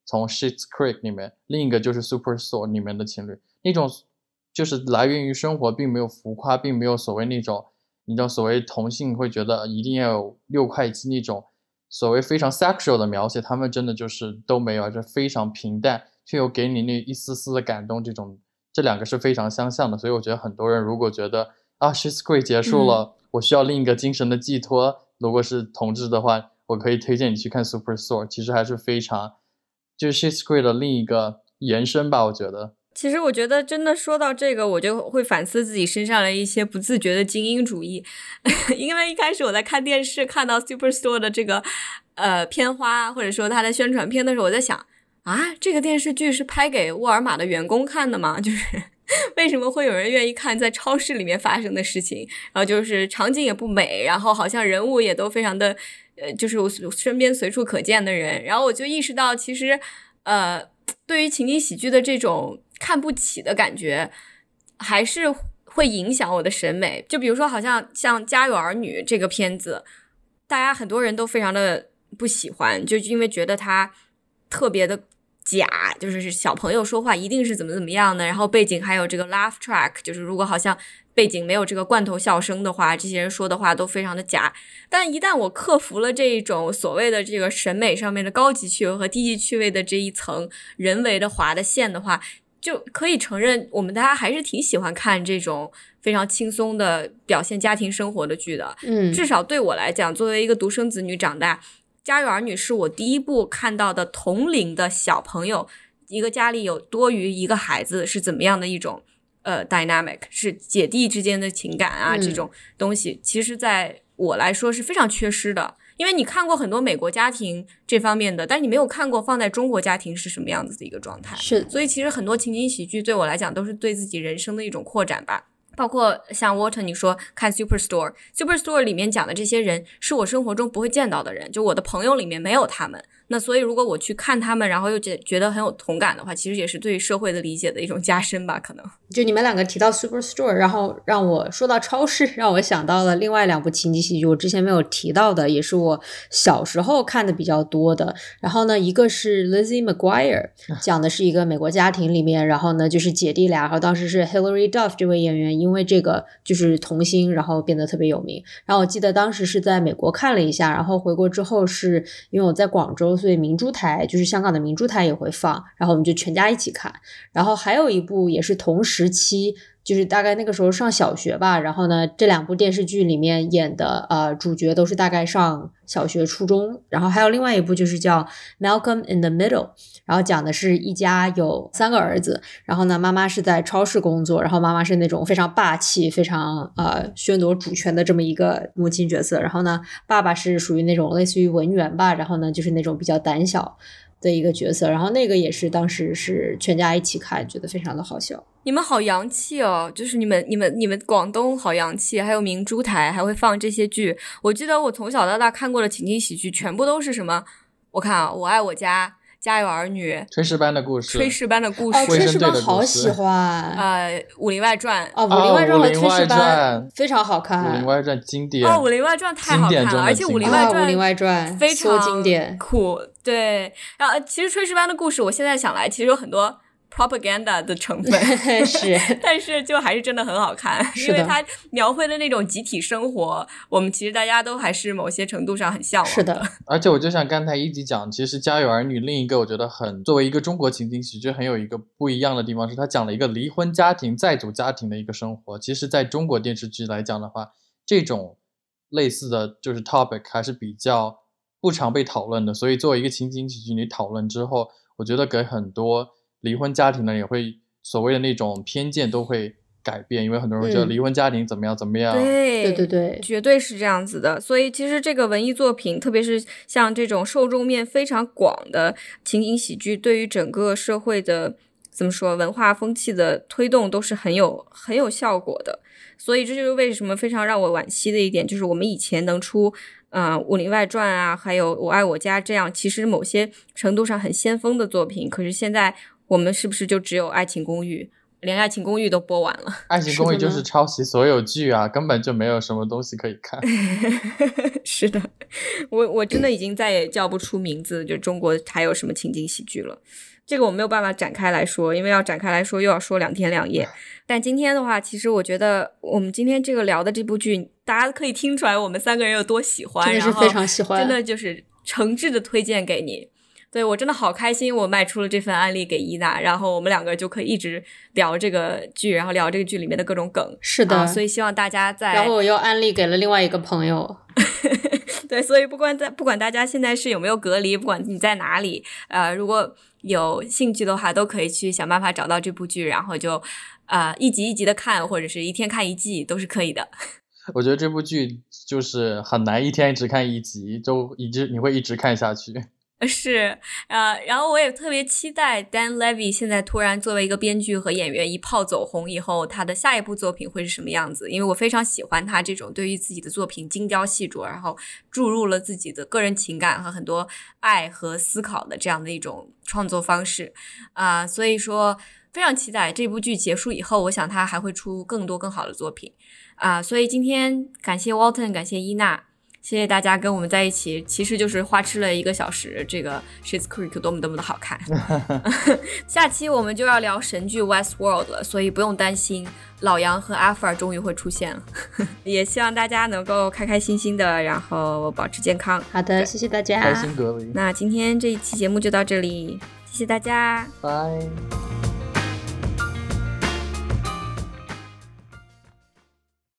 从 Schitt's Creek 里面，另一个就是 Superstore 里面的情侣，那种就是来源于生活，并没有浮夸，并没有所谓那种你知道所谓同性会觉得一定要有六块肌那种所谓非常 sexual 的描写，他们真的就是都没有，就非常平淡，却又给你那一丝丝的感动，这种这两个是非常相像的。所以我觉得很多人如果觉得啊 Schitt's Creek 结束了、嗯、我需要另一个精神的寄托，如果是同志的话，我可以推荐你去看 Superstore， 其实还是非常就是 Schitt's Creek 的另一个延伸吧，我觉得。 其实我觉得真的说到这个，我就会反思自己身上的一些不自觉的精英主义因为一开始我在看电视看到 Superstore 的这个呃片花或者说它的宣传片的时候，我在想啊，这个电视剧是拍给沃尔玛的员工看的吗？就是为什么会有人愿意看在超市里面发生的事情，然后就是场景也不美，然后好像人物也都非常的呃，就是我身边随处可见的人，然后我就意识到其实呃，对于情景喜剧的这种看不起的感觉还是会影响我的审美。就比如说好像像《家有儿女》这个片子，大家很多人都非常的不喜欢，就因为觉得它特别的假，就是小朋友说话一定是怎么怎么样的，然后背景还有这个 laugh track， 就是如果好像背景没有这个罐头笑声的话，这些人说的话都非常的假。但一旦我克服了这一种所谓的这个审美上面的高级趣味和低级趣味的这一层人为的划的线的话，就可以承认我们大家还是挺喜欢看这种非常轻松的表现家庭生活的剧的。 嗯， 至少对我来讲，作为一个独生子女长大，家有儿女是我第一部看到的同龄的小朋友，一个家里有多于一个孩子是怎么样的一种呃 dynamic， 是姐弟之间的情感啊、嗯、这种东西其实在我来说是非常缺失的。因为你看过很多美国家庭这方面的，但你没有看过放在中国家庭是什么样子的一个状态。 是， 所以其实很多情景喜剧对我来讲都是对自己人生的一种扩展吧。包括像 Walter 你说看 Superstore Superstore 里面讲的这些人是我生活中不会见到的人，就我的朋友里面没有他们，那所以如果我去看他们然后又觉得很有同感的话，其实也是对于社会的理解的一种加深吧。可能就你们两个提到 Superstore， 然后让我说到超市，让我想到了另外两部情景喜剧，我之前没有提到的，也是我小时候看的比较多的。然后呢，一个是 Lizzie McGuire， 讲的是一个美国家庭里面，然后呢就是姐弟俩，然后当时是 Hilary Duff 这位演员因为这个就是童星然后变得特别有名。然后我记得当时是在美国看了一下，然后回国之后是因为我在广州，所以明珠台就是香港的明珠台也会放，然后我们就全家一起看。然后还有一部也是同时期，就是大概那个时候上小学吧，然后呢这两部电视剧里面演的呃主角都是大概上小学初中。然后还有另外一部就是叫 Malcolm in the Middle， 然后讲的是一家有三个儿子，然后呢妈妈是在超市工作，然后妈妈是那种非常霸气非常呃宣夺主权的这么一个母亲角色，然后呢爸爸是属于那种类似于文员吧，然后呢就是那种比较胆小的一个角色。然后那个也是当时是全家一起看，觉得非常的好笑。 你们好洋气哦，就是你们你们你们广东好洋气，还有明珠台还会放这些剧。我记得我从小到大看过的情景喜剧全部都是什么，我看啊，我爱我家，家有儿女， 炊事班的故事， 炊事班的故事， 哦，炊事班好喜欢， 呃，武林外传， 哦，武林外传和炊事班非常好看， 武林外传经典， 哦，武林外传太好看了，而且武林外传， 武林外传非常经典， 酷，对。然后其实炊事班的故事，我现在想来，其实有很多propaganda 的成分是但是就还是真的很好看，因为它描绘的那种集体生活我们其实大家都还是某些程度上很向往的。 是的， 而且我就像刚才一集讲，其实家有儿女另一个我觉得很作为一个中国情景喜剧很有一个不一样的地方，是他讲了一个离婚家庭再组家庭的一个生活。其实在中国电视剧来讲的话，这种类似的就是 topic 还是比较不常被讨论的，所以作为一个情景喜剧你讨论之后，我觉得给很多离婚家庭呢也会所谓的那种偏见都会改变，因为很多人觉得离婚家庭怎么样怎么样、 嗯、对对对对， 绝对是这样子的。所以其实这个文艺作品，特别是像这种受众面非常广的情景喜剧，对于整个社会的怎么说文化风气的推动都是很有很有效果的。所以这就是为什么非常让我惋惜的一点，就是我们以前能出呃，武林外传啊，还有我爱我家这样其实某些程度上很先锋的作品，可是现在我们是不是就只有爱情公寓， 连爱情公寓都播完了。 爱情公寓就是抄袭所有剧啊，根本就没有什么东西可以看。 是的，我我真的已经再也叫不出名字，就中国还有什么情景喜剧了。这个我没有办法展开来说，因为要展开来说又要说两天两夜。但今天的话，其实我觉得我们今天这个聊的这部剧，大家可以听出来我们三个人有多喜欢， 真的是非常喜欢， 真的就是诚挚的推荐给你。对，我真的好开心，我卖出了这份案例给伊娜，然后我们两个就可以一直聊这个剧，然后聊这个剧里面的各种梗。 是的、 啊、所以希望大家在， 然后我又案例给了另外一个朋友。 对，所以不管在不管大家现在是有没有隔离，不管你在哪里，呃，如果有兴趣的话，都可以去想办法找到这部剧，然后就呃一集一集的看，或者是一天看一季都是可以的。 我觉得这部剧就是很难一天只看一集，就一直你会一直看下去。 是，呃，然后我也特别期待 Dan Levy 现在突然作为一个编剧和演员一炮走红以后，他的下一部作品会是什么样子，因为我非常喜欢他这种对于自己的作品精雕细琢，然后注入了自己的个人情感和很多爱和思考的这样的一种创作方式啊、呃，所以说非常期待这部剧结束以后，我想他还会出更多更好的作品啊、呃，所以今天感谢 Walton， 感谢伊娜，谢谢大家跟我们在一起，其实就是花痴了一个小时，这个 Schitt's Creek 多么多么的好看。下期我们就要聊神剧 Westworld 了，所以不用担心，老杨和阿弗尔终于会出现了。也希望大家能够开开心心的，然后保持健康。 好的，谢谢大家。 开心隔离。 那今天这一期节目就到这里，谢谢大家， 拜。